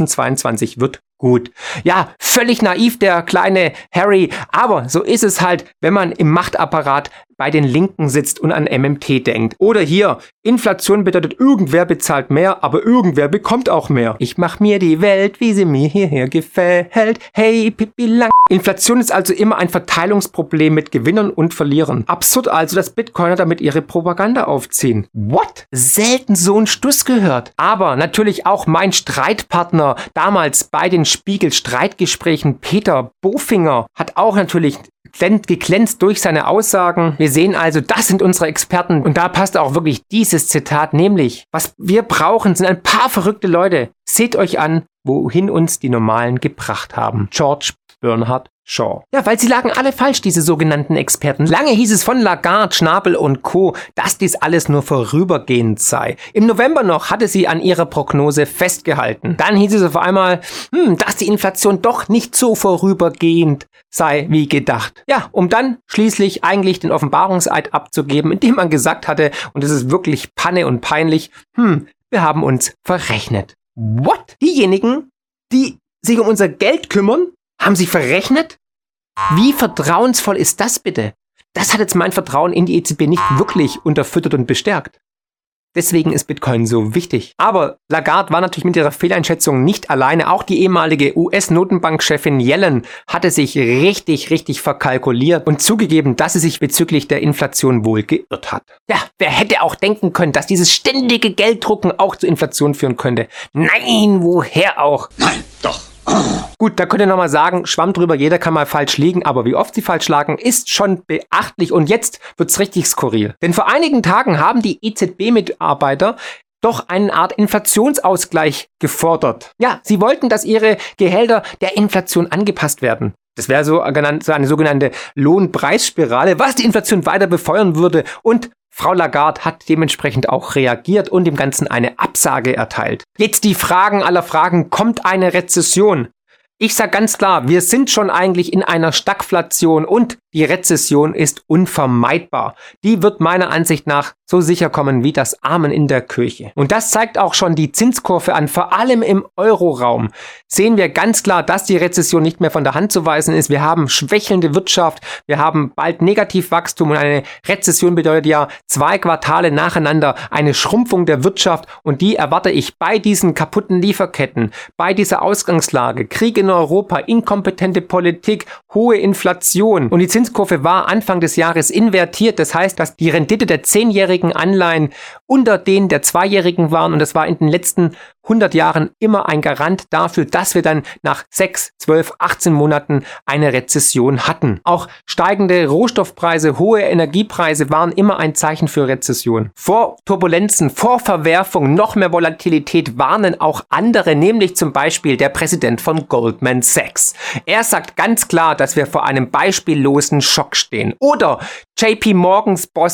2022 wird gut. Ja, völlig naiv, der kleine Harry, aber so ist es halt, wenn man im Machtapparat bei den Linken sitzt und an MMT denkt. Oder hier, Inflation bedeutet, irgendwer bezahlt mehr, aber irgendwer bekommt auch mehr. Ich mach mir die Welt, wie sie mir hierher gefällt. Hey, Pippi lang. Inflation ist also immer ein Verteilungsproblem mit Gewinnern und Verlierern. Absurd also, dass Bitcoiner damit ihre Propaganda aufziehen. What? Selten so einen Stuss gehört. Aber natürlich auch mein Streitpartner damals bei den Spiegel-Streitgesprächen, Peter Bofinger, hat auch natürlich geglänzt durch seine Aussagen. Wir sehen also, das sind unsere Experten und da passt auch wirklich dieses Zitat, nämlich, was wir brauchen, sind ein paar verrückte Leute. Seht euch an, wohin uns die Normalen gebracht haben. George Bernhard Shaw. Ja, weil sie lagen alle falsch, diese sogenannten Experten. Lange hieß es von Lagarde, Schnabel und Co., dass dies alles nur vorübergehend sei. Im November noch hatte sie an ihrer Prognose festgehalten. Dann hieß es auf einmal, dass die Inflation doch nicht so vorübergehend sei wie gedacht. Ja, um dann schließlich eigentlich den Offenbarungseid abzugeben, indem man gesagt hatte, und es ist wirklich Panne und peinlich, wir haben uns verrechnet. What? Diejenigen, die sich um unser Geld kümmern, haben sich verrechnet? Wie vertrauensvoll ist das bitte? Das hat jetzt mein Vertrauen in die EZB nicht wirklich unterfüttert und bestärkt. Deswegen ist Bitcoin so wichtig. Aber Lagarde war natürlich mit ihrer Fehleinschätzung nicht alleine. Auch die ehemalige US-Notenbankchefin Yellen hatte sich richtig verkalkuliert und zugegeben, dass sie sich bezüglich der Inflation wohl geirrt hat. Ja, wer hätte auch denken können, dass dieses ständige Gelddrucken auch zur Inflation führen könnte? Nein, woher auch? Nein, doch. Gut, da könnt ihr nochmal sagen, Schwamm drüber, jeder kann mal falsch liegen, aber wie oft sie falsch lagen, ist schon beachtlich und jetzt wird's richtig skurril. Denn vor einigen Tagen haben die EZB-Mitarbeiter doch eine Art Inflationsausgleich gefordert. Ja, sie wollten, dass ihre Gehälter der Inflation angepasst werden. Das wäre so eine sogenannte Lohnpreisspirale, was die Inflation weiter befeuern würde und Frau Lagarde hat dementsprechend auch reagiert und dem Ganzen eine Absage erteilt. Jetzt die Fragen aller Fragen, kommt eine Rezession? Ich sage ganz klar, wir sind schon eigentlich in einer Stagflation und die Rezession ist unvermeidbar. Die wird meiner Ansicht nach so sicher kommen wie das Amen in der Kirche. Und das zeigt auch schon die Zinskurve an, vor allem im Euroraum. Sehen wir ganz klar, dass die Rezession nicht mehr von der Hand zu weisen ist. Wir haben schwächelnde Wirtschaft, wir haben bald Negativwachstum und eine Rezession bedeutet ja 2 Quartale nacheinander eine Schrumpfung der Wirtschaft und die erwarte ich bei diesen kaputten Lieferketten, bei dieser Ausgangslage, Krieg in Europa, inkompetente Politik, hohe Inflation und die Zinskurve war Anfang des Jahres invertiert. Das heißt, dass die Rendite der 10-jährigen Anleihen unter denen der 2-jährigen waren und das war in den letzten 100 Jahren immer ein Garant dafür, dass wir dann nach 6, 12, 18 Monaten eine Rezession hatten. Auch steigende Rohstoffpreise, hohe Energiepreise waren immer ein Zeichen für Rezession. Vor Turbulenzen, vor Verwerfung, noch mehr Volatilität warnen auch andere, nämlich zum Beispiel der Präsident von Goldman Sachs. Er sagt ganz klar, dass wir vor einem beispiellosen Schock stehen. Oder JP Morgans Boss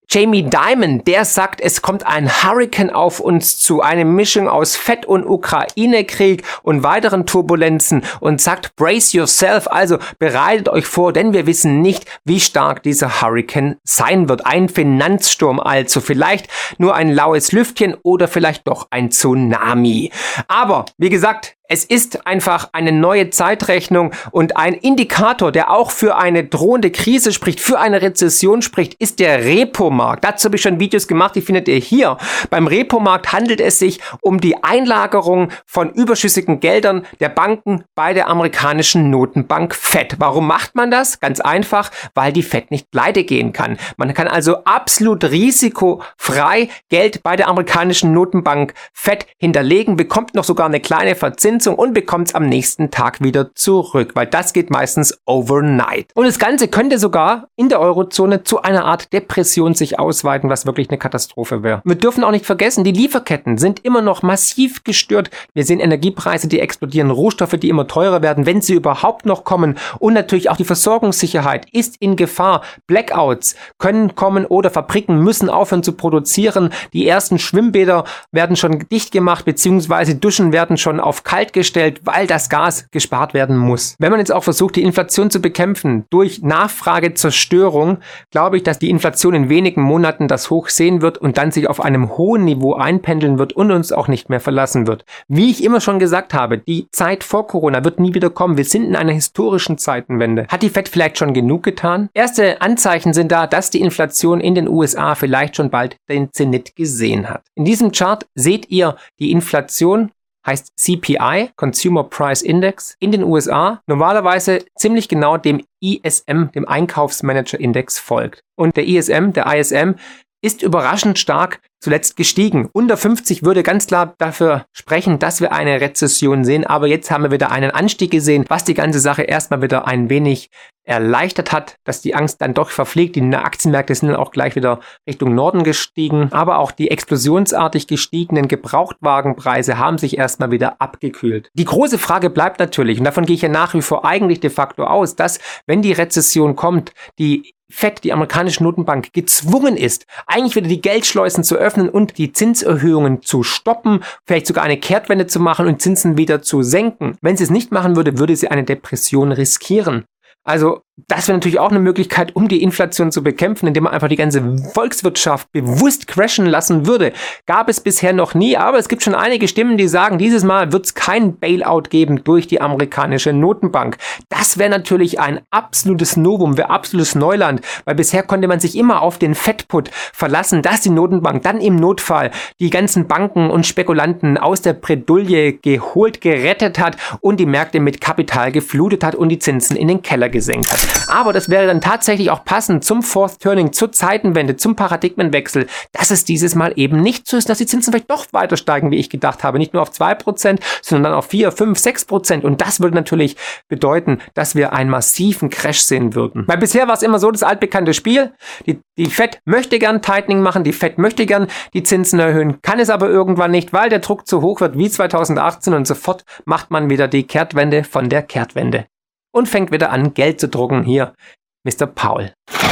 Jamie Dimon, der sagt, es kommt ein Hurrikan auf uns zu, eine Mischung aus Fett- und Ukraine-Krieg und weiteren Turbulenzen und sagt, brace yourself, also bereitet euch vor, denn wir wissen nicht, wie stark dieser Hurrikan sein wird. Ein Finanzsturm also, vielleicht nur ein laues Lüftchen oder vielleicht doch ein Tsunami. Aber, wie gesagt, es ist einfach eine neue Zeitrechnung und ein Indikator, der auch für eine drohende Krise spricht, für eine Rezession spricht, ist der Repo-Markt. Dazu habe ich schon Videos gemacht, die findet ihr hier. Beim Repo-Markt handelt es sich um die Einlagerung von überschüssigen Geldern der Banken bei der amerikanischen Notenbank Fed. Warum macht man das? Ganz einfach, weil die Fed nicht pleite gehen kann. Man kann also absolut risikofrei Geld bei der amerikanischen Notenbank Fed hinterlegen, bekommt noch sogar eine kleine Verzinsung und bekommt es am nächsten Tag wieder zurück, weil das geht meistens overnight. Und das Ganze könnte sogar in der Eurozone zu einer Art Depression sich ausweiten, was wirklich eine Katastrophe wäre. Wir dürfen auch nicht vergessen, die Lieferketten sind immer noch massiv gestört. Wir sehen Energiepreise, die explodieren, Rohstoffe, die immer teurer werden, wenn sie überhaupt noch kommen. Und natürlich auch die Versorgungssicherheit ist in Gefahr. Blackouts können kommen oder Fabriken müssen aufhören zu produzieren. Die ersten Schwimmbäder werden schon dicht gemacht, beziehungsweise Duschen werden schon auf kalt gestellt, weil das Gas gespart werden muss. Wenn man jetzt auch versucht, die Inflation zu bekämpfen durch Nachfragezerstörung, glaube ich, dass die Inflation in wenigen Monaten das Hoch sehen wird und dann sich auf einem hohen Niveau einpendeln wird und uns auch nicht mehr verlassen wird. Wie ich immer schon gesagt habe, die Zeit vor Corona wird nie wieder kommen. Wir sind in einer historischen Zeitenwende. Hat die Fed vielleicht schon genug getan? Erste Anzeichen sind da, dass die Inflation in den USA vielleicht schon bald den Zenit gesehen hat. In diesem Chart seht ihr die Inflation, heißt CPI, Consumer Price Index, in den USA normalerweise ziemlich genau dem ISM, dem Einkaufsmanager Index folgt. Und der ISM, der ISM, ist überraschend stark zuletzt gestiegen. Unter 50 würde ganz klar dafür sprechen, dass wir eine Rezession sehen, aber jetzt haben wir wieder einen Anstieg gesehen, was die ganze Sache erstmal wieder ein wenig erleichtert hat, dass die Angst dann doch verfliegt. Die Aktienmärkte sind dann auch gleich wieder Richtung Norden gestiegen, aber auch die explosionsartig gestiegenen Gebrauchtwagenpreise haben sich erstmal wieder abgekühlt. Die große Frage bleibt natürlich, und davon gehe ich ja nach wie vor eigentlich de facto aus, dass, wenn die Rezession kommt, die Fed, die amerikanische Notenbank, gezwungen ist, eigentlich wieder die Geldschleusen zu öffnen und die Zinserhöhungen zu stoppen, vielleicht sogar eine Kehrtwende zu machen und Zinsen wieder zu senken. Wenn sie es nicht machen würde, würde sie eine Depression riskieren. Also das wäre natürlich auch eine Möglichkeit, um die Inflation zu bekämpfen, indem man einfach die ganze Volkswirtschaft bewusst crashen lassen würde. Gab es bisher noch nie, aber es gibt schon einige Stimmen, die sagen, dieses Mal wird es kein Bailout geben durch die amerikanische Notenbank. Das wäre natürlich ein absolutes Novum, wäre absolutes Neuland, weil bisher konnte man sich immer auf den Fed-Put verlassen, dass die Notenbank dann im Notfall die ganzen Banken und Spekulanten aus der Bredouille geholt, gerettet hat und die Märkte mit Kapital geflutet hat und die Zinsen in den Keller gesenkt hat. Aber das wäre dann tatsächlich auch passend zum Fourth Turning, zur Zeitenwende, zum Paradigmenwechsel, dass es dieses Mal eben nicht so ist, dass die Zinsen vielleicht doch weiter steigen, wie ich gedacht habe. Nicht nur auf 2%, sondern dann auf 4, 5, 6%. Und das würde natürlich bedeuten, dass wir einen massiven Crash sehen würden. Weil bisher war es immer so das altbekannte Spiel. Die Fed möchte gern Tightening machen, die Fed möchte gern die Zinsen erhöhen, kann es aber irgendwann nicht, weil der Druck zu hoch wird wie 2018 und sofort macht man wieder die Kehrtwende von der Kehrtwende. Und fängt wieder an, Geld zu drucken. Hier, Mr. Powell.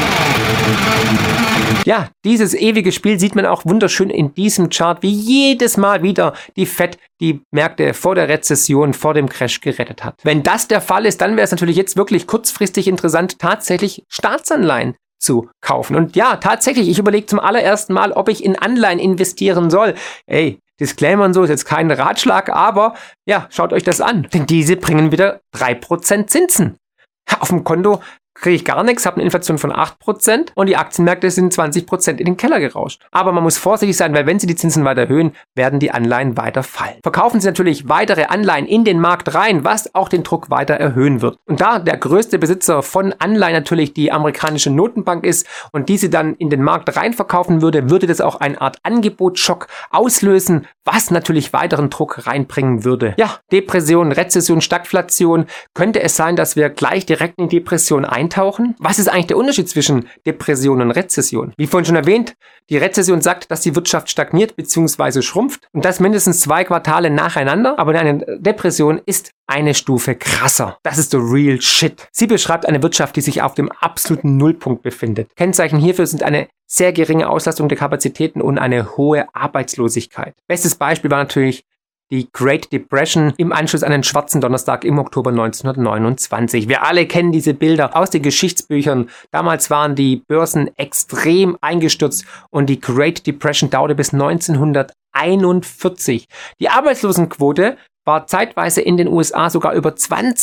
Ja, dieses ewige Spiel sieht man auch wunderschön in diesem Chart, wie jedes Mal wieder die Fed die Märkte vor der Rezession, vor dem Crash gerettet hat. Wenn das der Fall ist, dann wäre es natürlich jetzt wirklich kurzfristig interessant, tatsächlich Staatsanleihen zu kaufen. Und ja, tatsächlich, ich überlege zum allerersten Mal, ob ich in Anleihen investieren soll. Ey, Disclaimer und so ist jetzt kein Ratschlag, aber ja, schaut euch das an. Denn diese bringen wieder 3% Zinsen. Auf dem Konto kriege ich gar nichts, habe eine Inflation von 8% und die Aktienmärkte sind 20% in den Keller gerauscht. Aber man muss vorsichtig sein, weil wenn sie die Zinsen weiter erhöhen, werden die Anleihen weiter fallen. Verkaufen sie natürlich weitere Anleihen in den Markt rein, was auch den Druck weiter erhöhen wird. Und da der größte Besitzer von Anleihen natürlich die amerikanische Notenbank ist und diese dann in den Markt rein verkaufen würde, würde das auch eine Art Angebotsschock auslösen, was natürlich weiteren Druck reinbringen würde. Ja, Depression, Rezession, Stagflation. Könnte es sein, dass wir gleich direkt in die Depression eintauchen? Was ist eigentlich der Unterschied zwischen Depression und Rezession? Wie vorhin schon erwähnt, die Rezession sagt, dass die Wirtschaft stagniert bzw. schrumpft und das mindestens 2 Quartale nacheinander, aber eine Depression ist eine Stufe krasser. Das ist the real shit. Sie beschreibt eine Wirtschaft, die sich auf dem absoluten Nullpunkt befindet. Kennzeichen hierfür sind eine sehr geringe Auslastung der Kapazitäten und eine hohe Arbeitslosigkeit. Bestes Beispiel war natürlich die Great Depression im Anschluss an den Schwarzen Donnerstag im Oktober 1929. Wir alle kennen diese Bilder aus den Geschichtsbüchern. Damals waren die Börsen extrem eingestürzt und die Great Depression dauerte bis 1941. Die Arbeitslosenquote war zeitweise in den USA sogar über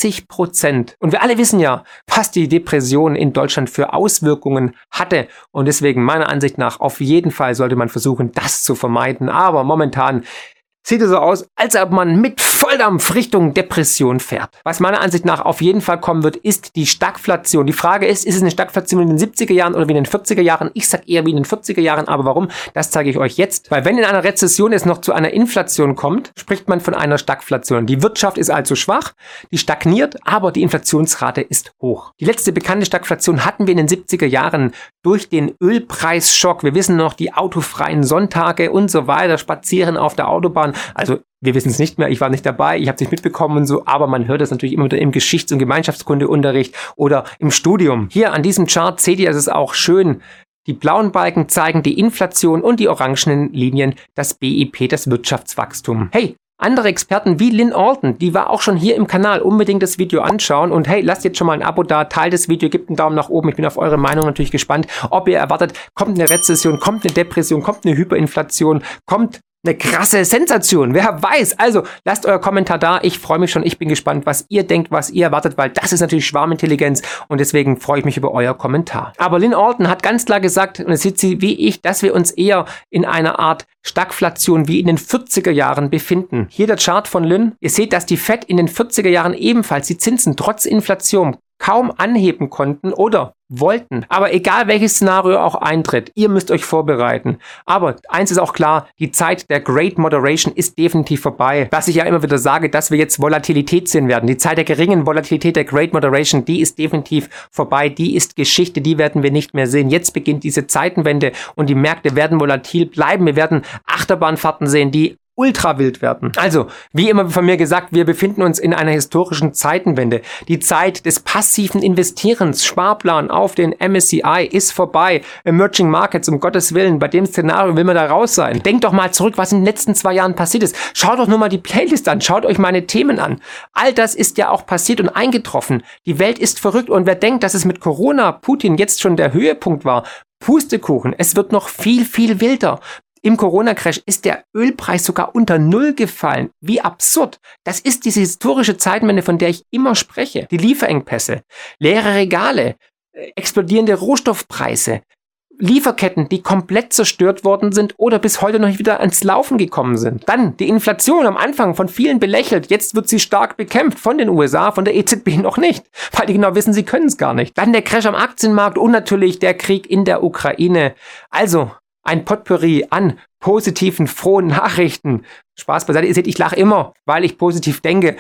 20%. Und wir alle wissen ja, was die Depression in Deutschland für Auswirkungen hatte. Und deswegen meiner Ansicht nach auf jeden Fall sollte man versuchen, das zu vermeiden. Aber momentan sieht es so aus, als ob man mit Volldampf Richtung Depression fährt. Was meiner Ansicht nach auf jeden Fall kommen wird, ist die Stagflation. Die Frage ist es eine Stagflation wie in den 70er Jahren oder wie in den 40er Jahren? Ich sag eher wie in den 40er Jahren, aber warum? Das zeige ich euch jetzt. Weil wenn in einer Rezession es noch zu einer Inflation kommt, spricht man von einer Stagflation. Die Wirtschaft ist also schwach, die stagniert, aber die Inflationsrate ist hoch. Die letzte bekannte Stagflation hatten wir in den 70er Jahren durch den Ölpreisschock. Wir wissen noch, die autofreien Sonntage und so weiter, Spazieren auf der Autobahn. Also wir wissen es nicht mehr, ich war nicht dabei, ich habe es nicht mitbekommen und so, aber man hört es natürlich immer wieder im Geschichts- und Gemeinschaftskundeunterricht oder im Studium. Hier an diesem Chart seht ihr, es ist auch schön, die blauen Balken zeigen die Inflation und die orangenen Linien das BIP, das Wirtschaftswachstum. Hey, andere Experten wie Lynn Alton, die war auch schon hier im Kanal, unbedingt das Video anschauen und hey, lasst jetzt schon mal ein Abo da, teilt das Video, gebt einen Daumen nach oben, ich bin auf eure Meinung natürlich gespannt, ob ihr erwartet, kommt eine Rezession, kommt eine Depression, kommt eine Hyperinflation, kommt eine krasse Sensation, wer weiß. Also, lasst euer Kommentar da. Ich freue mich schon. Ich bin gespannt, was ihr denkt, was ihr erwartet, weil das ist natürlich Schwarmintelligenz und deswegen freue ich mich über euer Kommentar. Aber Lynn Alton hat ganz klar gesagt, und das sieht sie wie ich, dass wir uns eher in einer Art Stagflation wie in den 40er Jahren befinden. Hier der Chart von Lynn. Ihr seht, dass die Fed in den 40er Jahren ebenfalls die Zinsen trotz Inflation kaum anheben konnten oder wollten. Aber egal welches Szenario auch eintritt, ihr müsst euch vorbereiten. Aber eins ist auch klar, die Zeit der Great Moderation ist definitiv vorbei. Was ich ja immer wieder sage, dass wir jetzt Volatilität sehen werden. Die Zeit der geringen Volatilität der Great Moderation, die ist definitiv vorbei. Die ist Geschichte, die werden wir nicht mehr sehen. Jetzt beginnt diese Zeitenwende und die Märkte werden volatil bleiben. Wir werden Achterbahnfahrten sehen, die ultra wild werden. Also, wie immer von mir gesagt, wir befinden uns in einer historischen Zeitenwende. Die Zeit des passiven Investierens, Sparplan auf den MSCI ist vorbei. Emerging Markets, um Gottes Willen, bei dem Szenario will man da raus sein. Denkt doch mal zurück, was in den letzten 2 Jahren passiert ist. Schaut doch nur mal die Playlist an, schaut euch meine Themen an. All das ist ja auch passiert und eingetroffen. Die Welt ist verrückt und wer denkt, dass es mit Corona, Putin jetzt schon der Höhepunkt war, Pustekuchen, es wird noch viel, viel wilder. Im Corona-Crash ist der Ölpreis sogar unter 0 gefallen. Wie absurd. Das ist diese historische Zeitenwende, von der ich immer spreche. Die Lieferengpässe, leere Regale, explodierende Rohstoffpreise, Lieferketten, die komplett zerstört worden sind oder bis heute noch nicht wieder ans Laufen gekommen sind. Dann die Inflation am Anfang von vielen belächelt. Jetzt wird sie stark bekämpft von den USA, von der EZB noch nicht, weil die genau wissen, sie können es gar nicht. Dann der Crash am Aktienmarkt und natürlich der Krieg in der Ukraine. Also ein Potpourri an positiven, frohen Nachrichten. Spaß beiseite. Ihr seht, ich lache immer, weil ich positiv denke.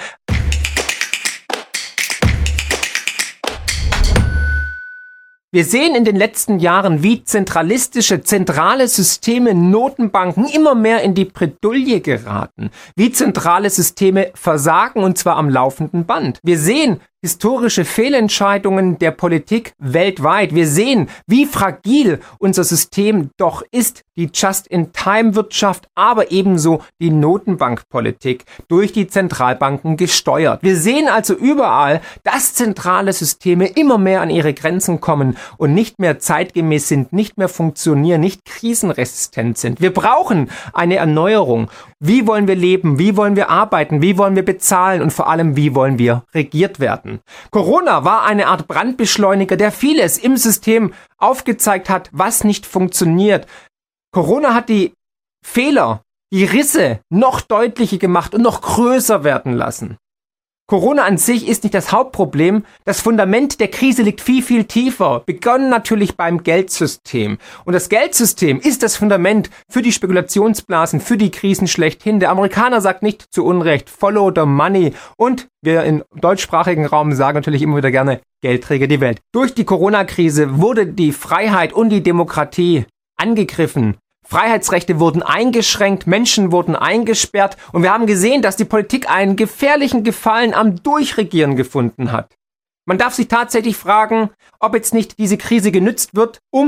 Wir sehen in den letzten Jahren, wie zentralistische, zentrale Systeme, Notenbanken immer mehr in die Bredouille geraten. Wie zentrale Systeme versagen und zwar am laufenden Band. Wir sehen historische Fehlentscheidungen der Politik weltweit. Wir sehen, wie fragil unser System doch ist, die Just-in-Time-Wirtschaft, aber ebenso die Notenbankpolitik durch die Zentralbanken gesteuert. Wir sehen also überall, dass zentrale Systeme immer mehr an ihre Grenzen kommen und nicht mehr zeitgemäß sind, nicht mehr funktionieren, nicht krisenresistent sind. Wir brauchen eine Erneuerung. Wie wollen wir leben? Wie wollen wir arbeiten? Wie wollen wir bezahlen? Und vor allem, wie wollen wir regiert werden? Corona war eine Art Brandbeschleuniger, der vieles im System aufgezeigt hat, was nicht funktioniert. Corona hat die Fehler, die Risse noch deutlicher gemacht und noch größer werden lassen. Corona an sich ist nicht das Hauptproblem. Das Fundament der Krise liegt viel, viel tiefer. Begonnen natürlich beim Geldsystem. Und das Geldsystem ist das Fundament für die Spekulationsblasen, für die Krisen schlechthin. Der Amerikaner sagt nicht zu Unrecht, follow the money. Und wir im deutschsprachigen Raum sagen natürlich immer wieder gerne, Geld rege die Welt. Durch die Corona-Krise wurde die Freiheit und die Demokratie angegriffen. Freiheitsrechte wurden eingeschränkt, Menschen wurden eingesperrt und wir haben gesehen, dass die Politik einen gefährlichen Gefallen am Durchregieren gefunden hat. Man darf sich tatsächlich fragen, ob jetzt nicht diese Krise genützt wird, um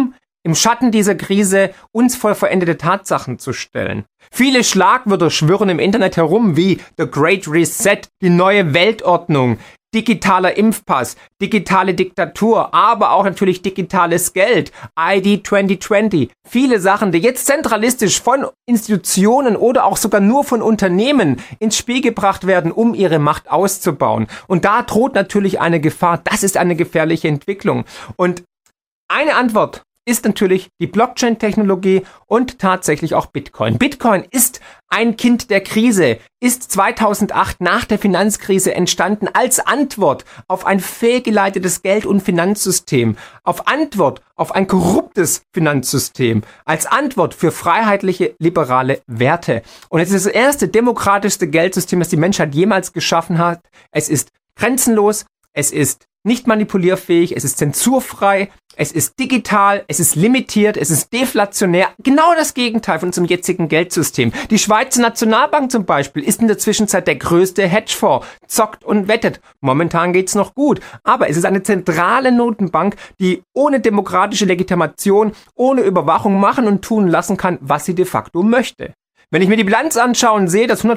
im Schatten dieser Krise uns vor veränderte Tatsachen zu stellen. Viele Schlagwörter schwirren im Internet herum wie The Great Reset, die neue Weltordnung, digitaler Impfpass, digitale Diktatur, aber auch natürlich digitales Geld, ID 2020. Viele Sachen, die jetzt zentralistisch von Institutionen oder auch sogar nur von Unternehmen ins Spiel gebracht werden, um ihre Macht auszubauen. Und da droht natürlich eine Gefahr. Das ist eine gefährliche Entwicklung. Und eine Antwort ist natürlich die Blockchain-Technologie und tatsächlich auch Bitcoin. Bitcoin ist ein Kind der Krise, ist 2008 nach der Finanzkrise entstanden als Antwort auf ein fehlgeleitetes Geld- und Finanzsystem, auf Antwort auf ein korruptes Finanzsystem, als Antwort für freiheitliche, liberale Werte. Und es ist das erste demokratischste Geldsystem, das die Menschheit jemals geschaffen hat. Es ist grenzenlos, es ist nicht manipulierfähig, es ist zensurfrei, es ist digital, es ist limitiert, es ist deflationär. Genau das Gegenteil von unserem jetzigen Geldsystem. Die Schweizer Nationalbank zum Beispiel ist in der Zwischenzeit der größte Hedgefonds, zockt und wettet. Momentan geht's noch gut, aber es ist eine zentrale Notenbank, die ohne demokratische Legitimation, ohne Überwachung machen und tun lassen kann, was sie de facto möchte. Wenn ich mir die Bilanz anschaue und sehe, dass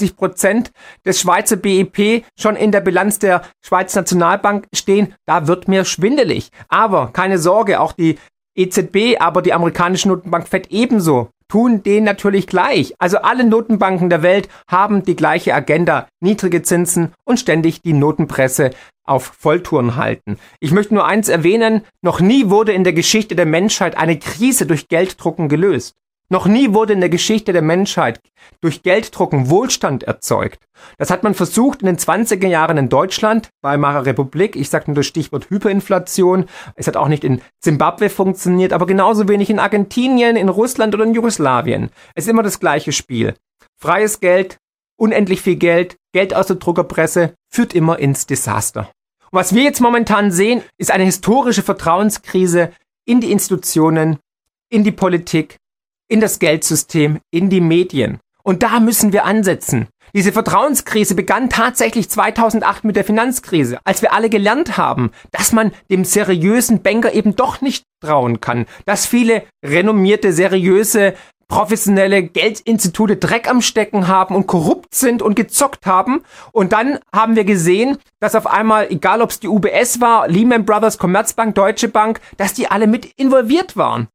135% des Schweizer BIP schon in der Bilanz der Schweizer Nationalbank stehen, da wird mir schwindelig. Aber keine Sorge, auch die EZB, aber die amerikanische Notenbank FED ebenso, tun denen natürlich gleich. Also alle Notenbanken der Welt haben die gleiche Agenda, niedrige Zinsen und ständig die Notenpresse auf Volltouren halten. Ich möchte nur eins erwähnen, noch nie wurde in der Geschichte der Menschheit eine Krise durch Gelddrucken gelöst. Noch nie wurde in der Geschichte der Menschheit durch Gelddrucken Wohlstand erzeugt. Das hat man versucht in den 20er Jahren in Deutschland, Weimarer Republik. Ich sage nur das Stichwort Hyperinflation. Es hat auch nicht in Zimbabwe funktioniert, aber genauso wenig in Argentinien, in Russland oder in Jugoslawien. Es ist immer das gleiche Spiel. Freies Geld, unendlich viel Geld, Geld aus der Druckerpresse führt immer ins Desaster. Und was wir jetzt momentan sehen, ist eine historische Vertrauenskrise in die Institutionen, in die Politik, in das Geldsystem, in die Medien. Und da müssen wir ansetzen. Diese Vertrauenskrise begann tatsächlich 2008 mit der Finanzkrise, als wir alle gelernt haben, dass man dem seriösen Banker eben doch nicht trauen kann, dass viele renommierte, seriöse, professionelle Geldinstitute Dreck am Stecken haben und korrupt sind und gezockt haben. Und dann haben wir gesehen, dass auf einmal, egal ob es die UBS war, Lehman Brothers, Commerzbank, Deutsche Bank, dass die alle mit involviert waren.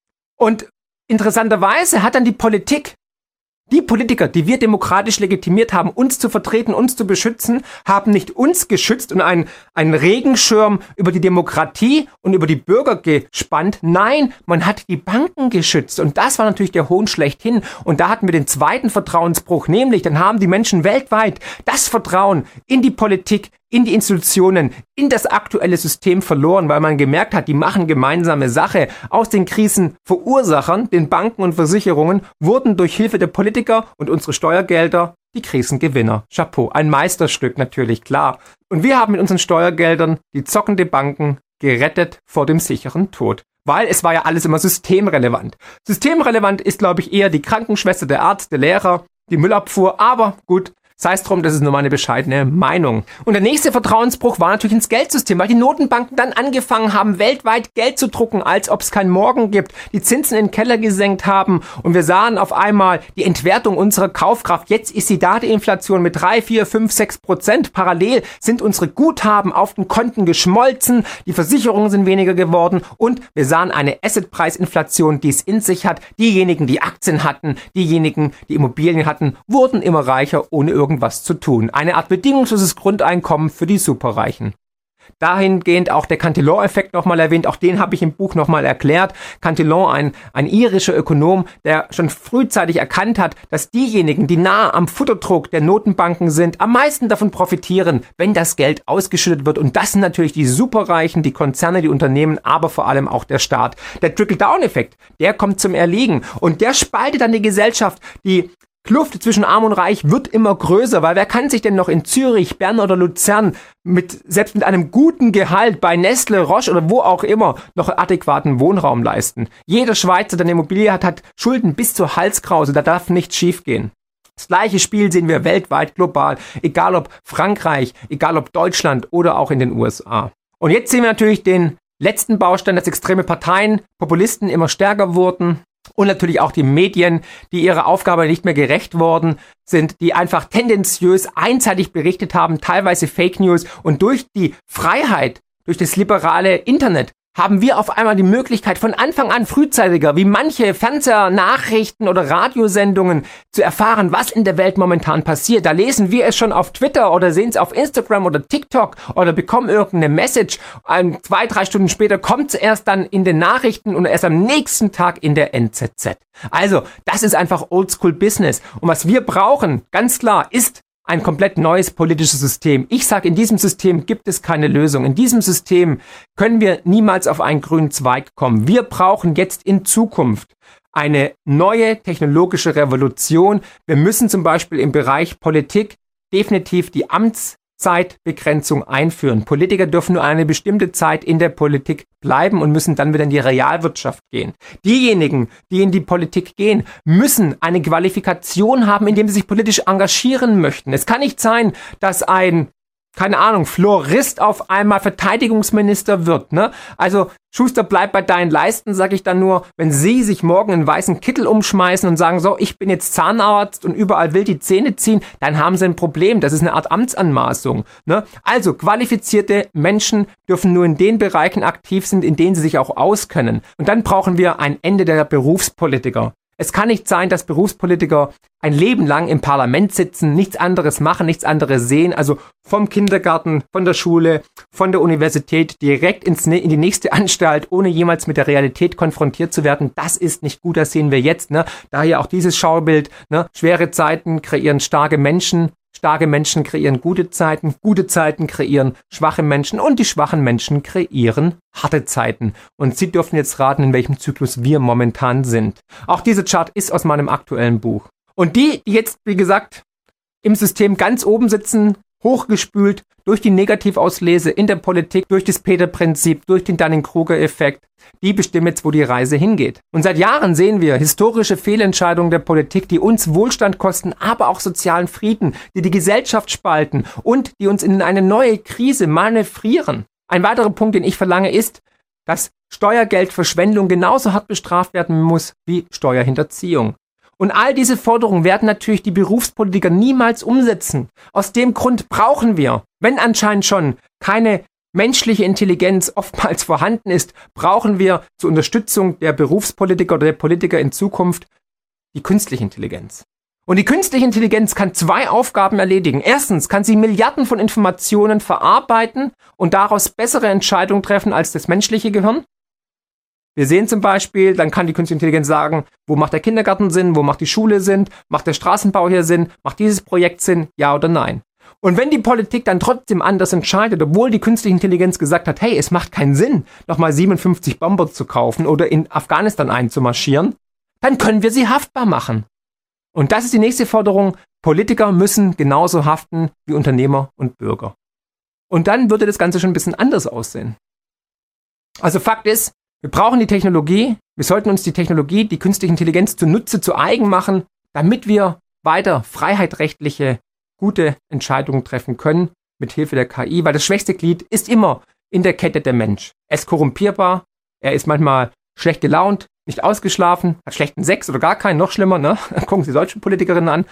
Und interessanterweise hat dann die Politik, die Politiker, die wir demokratisch legitimiert haben, uns zu vertreten, uns zu beschützen, haben nicht uns geschützt und einen Regenschirm über die Demokratie und über die Bürger gespannt. Nein, man hat die Banken geschützt. Und das war natürlich der Hohn schlechthin. Und da hatten wir den zweiten Vertrauensbruch, nämlich dann haben die Menschen weltweit das Vertrauen in die Politik, in die Institutionen, in das aktuelle System verloren, weil man gemerkt hat, die machen gemeinsame Sache. Aus den Krisenverursachern, den Banken und Versicherungen, wurden durch Hilfe der Politiker und unsere Steuergelder die Krisengewinner. Chapeau, ein Meisterstück natürlich, klar. Und wir haben mit unseren Steuergeldern die zockende Banken gerettet vor dem sicheren Tod. Weil es war ja alles immer systemrelevant. Systemrelevant ist, glaube ich, eher die Krankenschwester, der Arzt, der Lehrer, die Müllabfuhr, aber gut, sei es drum, das ist nur meine bescheidene Meinung. Und der nächste Vertrauensbruch war natürlich ins Geldsystem, weil die Notenbanken dann angefangen haben, weltweit Geld zu drucken, als ob es keinen Morgen gibt, die Zinsen in den Keller gesenkt haben und wir sahen auf einmal die Entwertung unserer Kaufkraft. Jetzt ist sie da, die Inflation mit 3, 4, 5, 6%. Parallel sind unsere Guthaben auf den Konten geschmolzen, die Versicherungen sind weniger geworden und wir sahen eine Assetpreisinflation, die es in sich hat. Diejenigen, die Aktien hatten, diejenigen, die Immobilien hatten, wurden immer reicher, ohne irgendwas zu tun. Eine Art bedingungsloses Grundeinkommen für die Superreichen. Dahingehend auch der Cantillon-Effekt nochmal erwähnt, auch den habe ich im Buch nochmal erklärt. Cantillon, ein irischer Ökonom, der schon frühzeitig erkannt hat, dass diejenigen, die nah am Futterdruck der Notenbanken sind, am meisten davon profitieren, wenn das Geld ausgeschüttet wird. Und das sind natürlich die Superreichen, die Konzerne, die Unternehmen, aber vor allem auch der Staat. Der Trickle-Down-Effekt, der kommt zum Erliegen und der spaltet dann die Gesellschaft. Die Kluft zwischen Arm und Reich wird immer größer, weil wer kann sich denn noch in Zürich, Bern oder Luzern selbst mit einem guten Gehalt bei Nestle, Roche oder wo auch immer noch adäquaten Wohnraum leisten? Jeder Schweizer, der eine Immobilie hat Schulden bis zur Halskrause, da darf nichts schiefgehen. Das gleiche Spiel sehen wir weltweit, global, egal ob Frankreich, egal ob Deutschland oder auch in den USA. Und jetzt sehen wir natürlich den letzten Baustein, dass extreme Parteien, Populisten immer stärker wurden. Und natürlich auch die Medien, die ihrer Aufgabe nicht mehr gerecht worden sind, die einfach tendenziös einseitig berichtet haben, teilweise Fake News. Und durch die Freiheit, durch das liberale Internet, haben wir auf einmal die Möglichkeit, von Anfang an frühzeitiger, wie manche Fernsehnachrichten oder Radiosendungen, zu erfahren, was in der Welt momentan passiert. Da lesen wir es schon auf Twitter oder sehen es auf Instagram oder TikTok oder bekommen irgendeine Message. 2-3 Stunden später kommt es erst dann in den Nachrichten und erst am nächsten Tag in der NZZ. Also, das ist einfach Oldschool-Business. Und was wir brauchen, ganz klar, ist ein komplett neues politisches System. Ich sage, in diesem System gibt es keine Lösung. In diesem System können wir niemals auf einen grünen Zweig kommen. Wir brauchen jetzt in Zukunft eine neue technologische Revolution. Wir müssen zum Beispiel im Bereich Politik definitiv die Amtszeitbegrenzung einführen. Politiker dürfen nur eine bestimmte Zeit in der Politik bleiben und müssen dann wieder in die Realwirtschaft gehen. Diejenigen, die in die Politik gehen, müssen eine Qualifikation haben, indem sie sich politisch engagieren möchten. Es kann nicht sein, dass ein, keine Ahnung, Florist auf einmal Verteidigungsminister wird, ne? Also, Schuster, bleib bei deinen Leisten, sage ich dann nur, wenn Sie sich morgen einen weißen Kittel umschmeißen und sagen, so, ich bin jetzt Zahnarzt und überall will die Zähne ziehen, dann haben Sie ein Problem. Das ist eine Art Amtsanmaßung, ne? Also, qualifizierte Menschen dürfen nur in den Bereichen aktiv sein, in denen sie sich auch auskennen. Und dann brauchen wir ein Ende der Berufspolitiker. Es kann nicht sein, dass Berufspolitiker ein Leben lang im Parlament sitzen, nichts anderes machen, nichts anderes sehen, also vom Kindergarten, von der Schule, von der Universität direkt in die nächste Anstalt, ohne jemals mit der Realität konfrontiert zu werden. Das ist nicht gut, das sehen wir jetzt, ne? Daher auch dieses Schaubild, ne? Schwere Zeiten kreieren starke Menschen kreieren gute Zeiten kreieren schwache Menschen und die schwachen Menschen kreieren harte Zeiten. Und Sie dürfen jetzt raten, in welchem Zyklus wir momentan sind. Auch dieser Chart ist aus meinem aktuellen Buch. Und die jetzt, wie gesagt, im System ganz oben sitzen, hochgespült durch die Negativauslese in der Politik, durch das Peter-Prinzip, durch den Dunning-Kruger-Effekt, die bestimmen jetzt, wo die Reise hingeht. Und seit Jahren sehen wir historische Fehlentscheidungen der Politik, die uns Wohlstand kosten, aber auch sozialen Frieden, die die Gesellschaft spalten und die uns in eine neue Krise manövrieren. Ein weiterer Punkt, den ich verlange, ist, dass Steuergeldverschwendung genauso hart bestraft werden muss wie Steuerhinterziehung. Und all diese Forderungen werden natürlich die Berufspolitiker niemals umsetzen. Aus dem Grund brauchen wir, wenn anscheinend schon keine menschliche Intelligenz oftmals vorhanden ist, brauchen wir zur Unterstützung der Berufspolitiker oder der Politiker in Zukunft die künstliche Intelligenz. Und die künstliche Intelligenz kann 2 Aufgaben erledigen. Erstens kann sie Milliarden von Informationen verarbeiten und daraus bessere Entscheidungen treffen als das menschliche Gehirn. Wir sehen zum Beispiel, dann kann die künstliche Intelligenz sagen, wo macht der Kindergarten Sinn, wo macht die Schule Sinn, macht der Straßenbau hier Sinn, macht dieses Projekt Sinn, ja oder nein. Und wenn die Politik dann trotzdem anders entscheidet, obwohl die künstliche Intelligenz gesagt hat, hey, es macht keinen Sinn, nochmal 57 Bomber zu kaufen oder in Afghanistan einzumarschieren, dann können wir sie haftbar machen. Und das ist die nächste Forderung, Politiker müssen genauso haften wie Unternehmer und Bürger. Und dann würde das Ganze schon ein bisschen anders aussehen. Also Fakt ist, wir brauchen die Technologie, wir sollten uns die Technologie, die künstliche Intelligenz zunutze, zu eigen machen, damit wir weiter freiheitrechtliche, gute Entscheidungen treffen können, mit Hilfe der KI, weil das schwächste Glied ist immer in der Kette der Mensch. Er ist korrumpierbar, er ist manchmal schlecht gelaunt, nicht ausgeschlafen, hat schlechten Sex oder gar keinen, noch schlimmer, ne? Gucken Sie solche Politikerinnen an.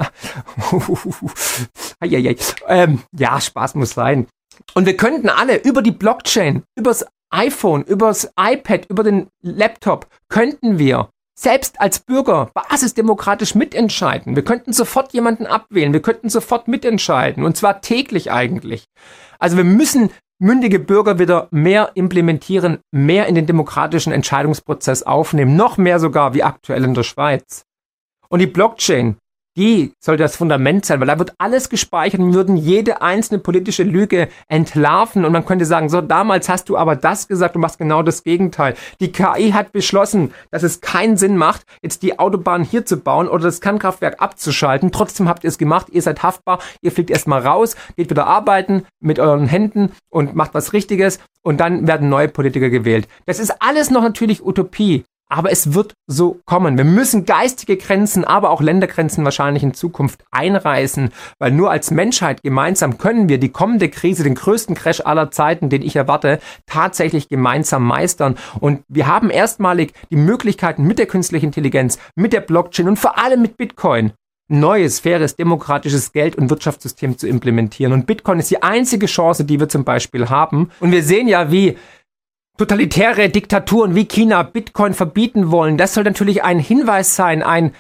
Ja, Spaß muss sein. Und wir könnten alle über die Blockchain, übers iPhone, übers iPad, über den Laptop, könnten wir selbst als Bürger basisdemokratisch mitentscheiden. Wir könnten sofort jemanden abwählen, wir könnten sofort mitentscheiden, und zwar täglich eigentlich. Also wir müssen mündige Bürger wieder mehr implementieren, mehr in den demokratischen Entscheidungsprozess aufnehmen, noch mehr sogar wie aktuell in der Schweiz. Und die Blockchain, die soll das Fundament sein, weil da wird alles gespeichert und würden jede einzelne politische Lüge entlarven und man könnte sagen, so, damals hast du aber das gesagt, du machst genau das Gegenteil. Die KI hat beschlossen, dass es keinen Sinn macht, jetzt die Autobahn hier zu bauen oder das Kernkraftwerk abzuschalten. Trotzdem habt ihr es gemacht, ihr seid haftbar, ihr fliegt erstmal raus, geht wieder arbeiten mit euren Händen und macht was Richtiges und dann werden neue Politiker gewählt. Das ist alles noch natürlich Utopie. Aber es wird so kommen. Wir müssen geistige Grenzen, aber auch Ländergrenzen wahrscheinlich in Zukunft einreißen, weil nur als Menschheit gemeinsam können wir die kommende Krise, den größten Crash aller Zeiten, den ich erwarte, tatsächlich gemeinsam meistern. Und wir haben erstmalig die Möglichkeiten mit der künstlichen Intelligenz, mit der Blockchain und vor allem mit Bitcoin neues, faires, demokratisches Geld- und Wirtschaftssystem zu implementieren. Und Bitcoin ist die einzige Chance, die wir zum Beispiel haben. Und wir sehen ja, wie totalitäre Diktaturen wie China Bitcoin verbieten wollen. Das soll natürlich ein Hinweis sein, ein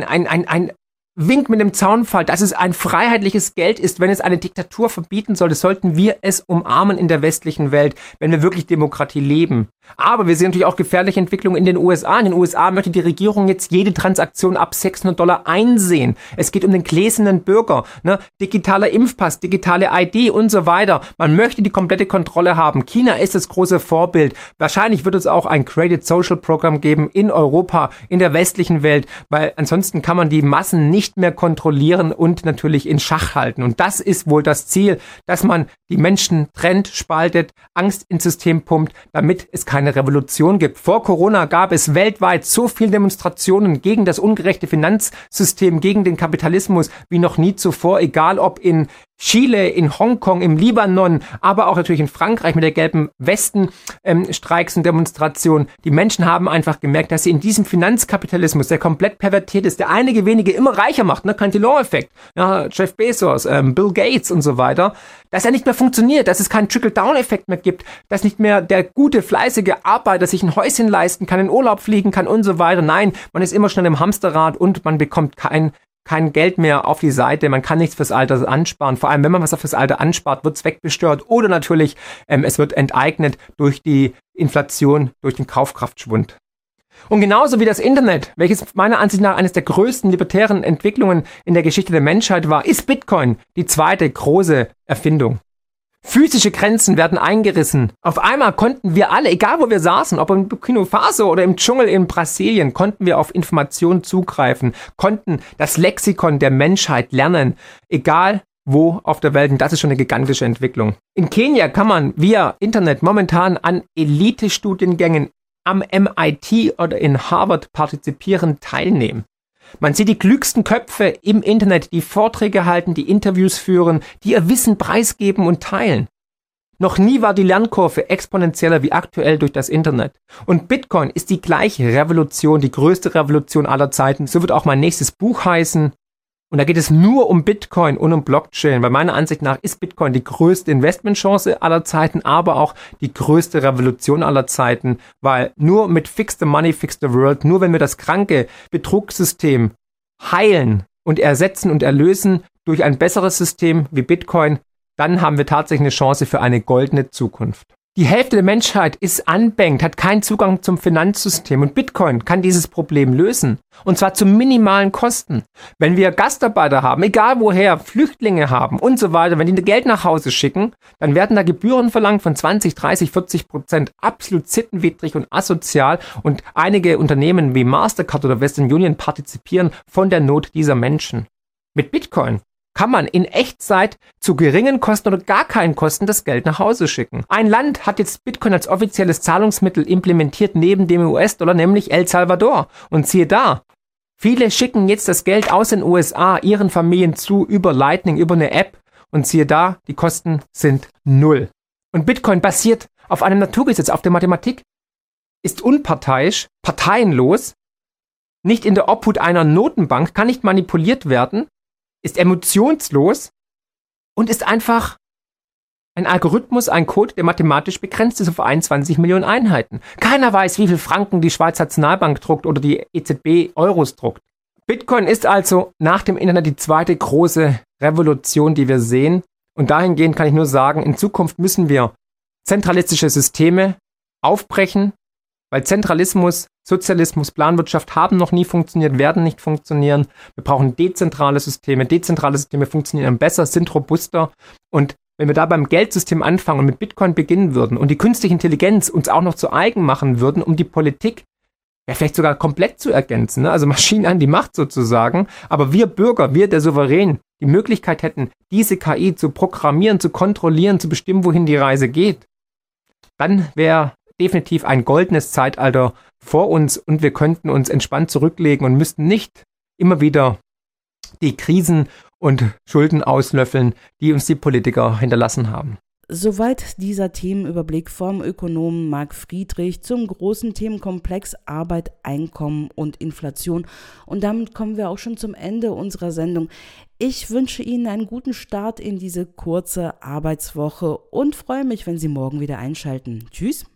Wink mit dem Zaunpfahl, dass es ein freiheitliches Geld ist. Wenn es eine Diktatur verbieten sollte, sollten wir es umarmen in der westlichen Welt, wenn wir wirklich Demokratie leben. Aber wir sehen natürlich auch gefährliche Entwicklungen in den USA. In den USA möchte die Regierung jetzt jede Transaktion ab $600 einsehen. Es geht um den gläsernen Bürger, ne? Digitaler Impfpass, digitale ID und so weiter. Man möchte die komplette Kontrolle haben. China ist das große Vorbild. Wahrscheinlich wird es auch ein Credit Social Programm geben in Europa, in der westlichen Welt, weil ansonsten kann man die Massen nicht mehr kontrollieren und natürlich in Schach halten. Und das ist wohl das Ziel, dass man die Menschen trennt, spaltet, Angst ins System pumpt, damit es keine Revolution gibt. Vor Corona gab es weltweit so viele Demonstrationen gegen das ungerechte Finanzsystem, gegen den Kapitalismus wie noch nie zuvor, egal ob in Chile, in Hongkong, im Libanon, aber auch natürlich in Frankreich mit der gelben Westen-Streiks und Demonstrationen. Die Menschen haben einfach gemerkt, dass sie in diesem Finanzkapitalismus, der komplett pervertiert ist, der einige wenige immer reicher macht, ne, Cantillon-Effekt, ja, Jeff Bezos, Bill Gates und so weiter, dass er nicht mehr funktioniert, dass es keinen Trickle-Down-Effekt mehr gibt, dass nicht mehr der gute, fleißige Arbeiter sich ein Häuschen leisten kann, in Urlaub fliegen kann und so weiter. Nein, man ist immer schnell im Hamsterrad und man bekommt kein Geld mehr auf die Seite, man kann nichts fürs Alter ansparen. Vor allem, wenn man was fürs Alter anspart, wird es wegbesteuert oder natürlich, es wird enteignet durch die Inflation, durch den Kaufkraftschwund. Und genauso wie das Internet, welches meiner Ansicht nach eines der größten libertären Entwicklungen in der Geschichte der Menschheit war, ist Bitcoin die zweite große Erfindung. Physische Grenzen werden eingerissen. Auf einmal konnten wir alle, egal wo wir saßen, ob in Burkina Faso oder im Dschungel in Brasilien, konnten wir auf Informationen zugreifen, konnten das Lexikon der Menschheit lernen, egal wo auf der Welt. Und das ist schon eine gigantische Entwicklung. In Kenia kann man via Internet momentan an Elite-Studiengängen am MIT oder in Harvard partizipieren, teilnehmen. Man sieht die klügsten Köpfe im Internet, die Vorträge halten, die Interviews führen, die ihr Wissen preisgeben und teilen. Noch nie war die Lernkurve exponentieller wie aktuell durch das Internet. Und Bitcoin ist die gleiche Revolution, die größte Revolution aller Zeiten. So wird auch mein nächstes Buch heißen. Und da geht es nur um Bitcoin und um Blockchain, weil meiner Ansicht nach ist Bitcoin die größte Investmentchance aller Zeiten, aber auch die größte Revolution aller Zeiten, weil nur mit Fix the Money, Fix the World, nur wenn wir das kranke Betrugssystem heilen und ersetzen und erlösen durch ein besseres System wie Bitcoin, dann haben wir tatsächlich eine Chance für eine goldene Zukunft. Die Hälfte der Menschheit ist unbanked, hat keinen Zugang zum Finanzsystem und Bitcoin kann dieses Problem lösen. Und zwar zu minimalen Kosten. Wenn wir Gastarbeiter haben, egal woher, Flüchtlinge haben und so weiter, wenn die Geld nach Hause schicken, dann werden da Gebühren verlangt von 20, 30, 40%, absolut sittenwidrig und asozial. Und einige Unternehmen wie Mastercard oder Western Union partizipieren von der Not dieser Menschen. Mit Bitcoin kann man in Echtzeit zu geringen Kosten oder gar keinen Kosten das Geld nach Hause schicken. Ein Land hat jetzt Bitcoin als offizielles Zahlungsmittel implementiert neben dem US-Dollar, nämlich El Salvador. Und siehe da, viele schicken jetzt das Geld aus den USA ihren Familien zu über Lightning, über eine App. Und siehe da, die Kosten sind 0. Und Bitcoin basiert auf einem Naturgesetz, auf der Mathematik, ist unparteiisch, parteienlos, nicht in der Obhut einer Notenbank, kann nicht manipuliert werden, ist emotionslos und ist einfach ein Algorithmus, ein Code, der mathematisch begrenzt ist auf 21 Millionen Einheiten. Keiner weiß, wie viel Franken die Schweizer Nationalbank druckt oder die EZB Euros druckt. Bitcoin ist also nach dem Internet die zweite große Revolution, die wir sehen. Und dahingehend kann ich nur sagen, in Zukunft müssen wir zentralistische Systeme aufbrechen, weil Zentralismus, Sozialismus, Planwirtschaft haben noch nie funktioniert, werden nicht funktionieren. Wir brauchen dezentrale Systeme. Dezentrale Systeme funktionieren besser, sind robuster. Und wenn wir da beim Geldsystem anfangen und mit Bitcoin beginnen würden und die künstliche Intelligenz uns auch noch zu eigen machen würden, um die Politik ja vielleicht sogar komplett zu ergänzen, ne? Also Maschinen an die Macht sozusagen, aber wir Bürger, wir der Souverän, die Möglichkeit hätten, diese KI zu programmieren, zu kontrollieren, zu bestimmen, wohin die Reise geht, dann wäre definitiv ein goldenes Zeitalter vor uns und wir könnten uns entspannt zurücklegen und müssten nicht immer wieder die Krisen und Schulden auslöffeln, die uns die Politiker hinterlassen haben. Soweit dieser Themenüberblick vom Ökonomen Marc Friedrich zum großen Themenkomplex Arbeit, Einkommen und Inflation. Und damit kommen wir auch schon zum Ende unserer Sendung. Ich wünsche Ihnen einen guten Start in diese kurze Arbeitswoche und freue mich, wenn Sie morgen wieder einschalten. Tschüss.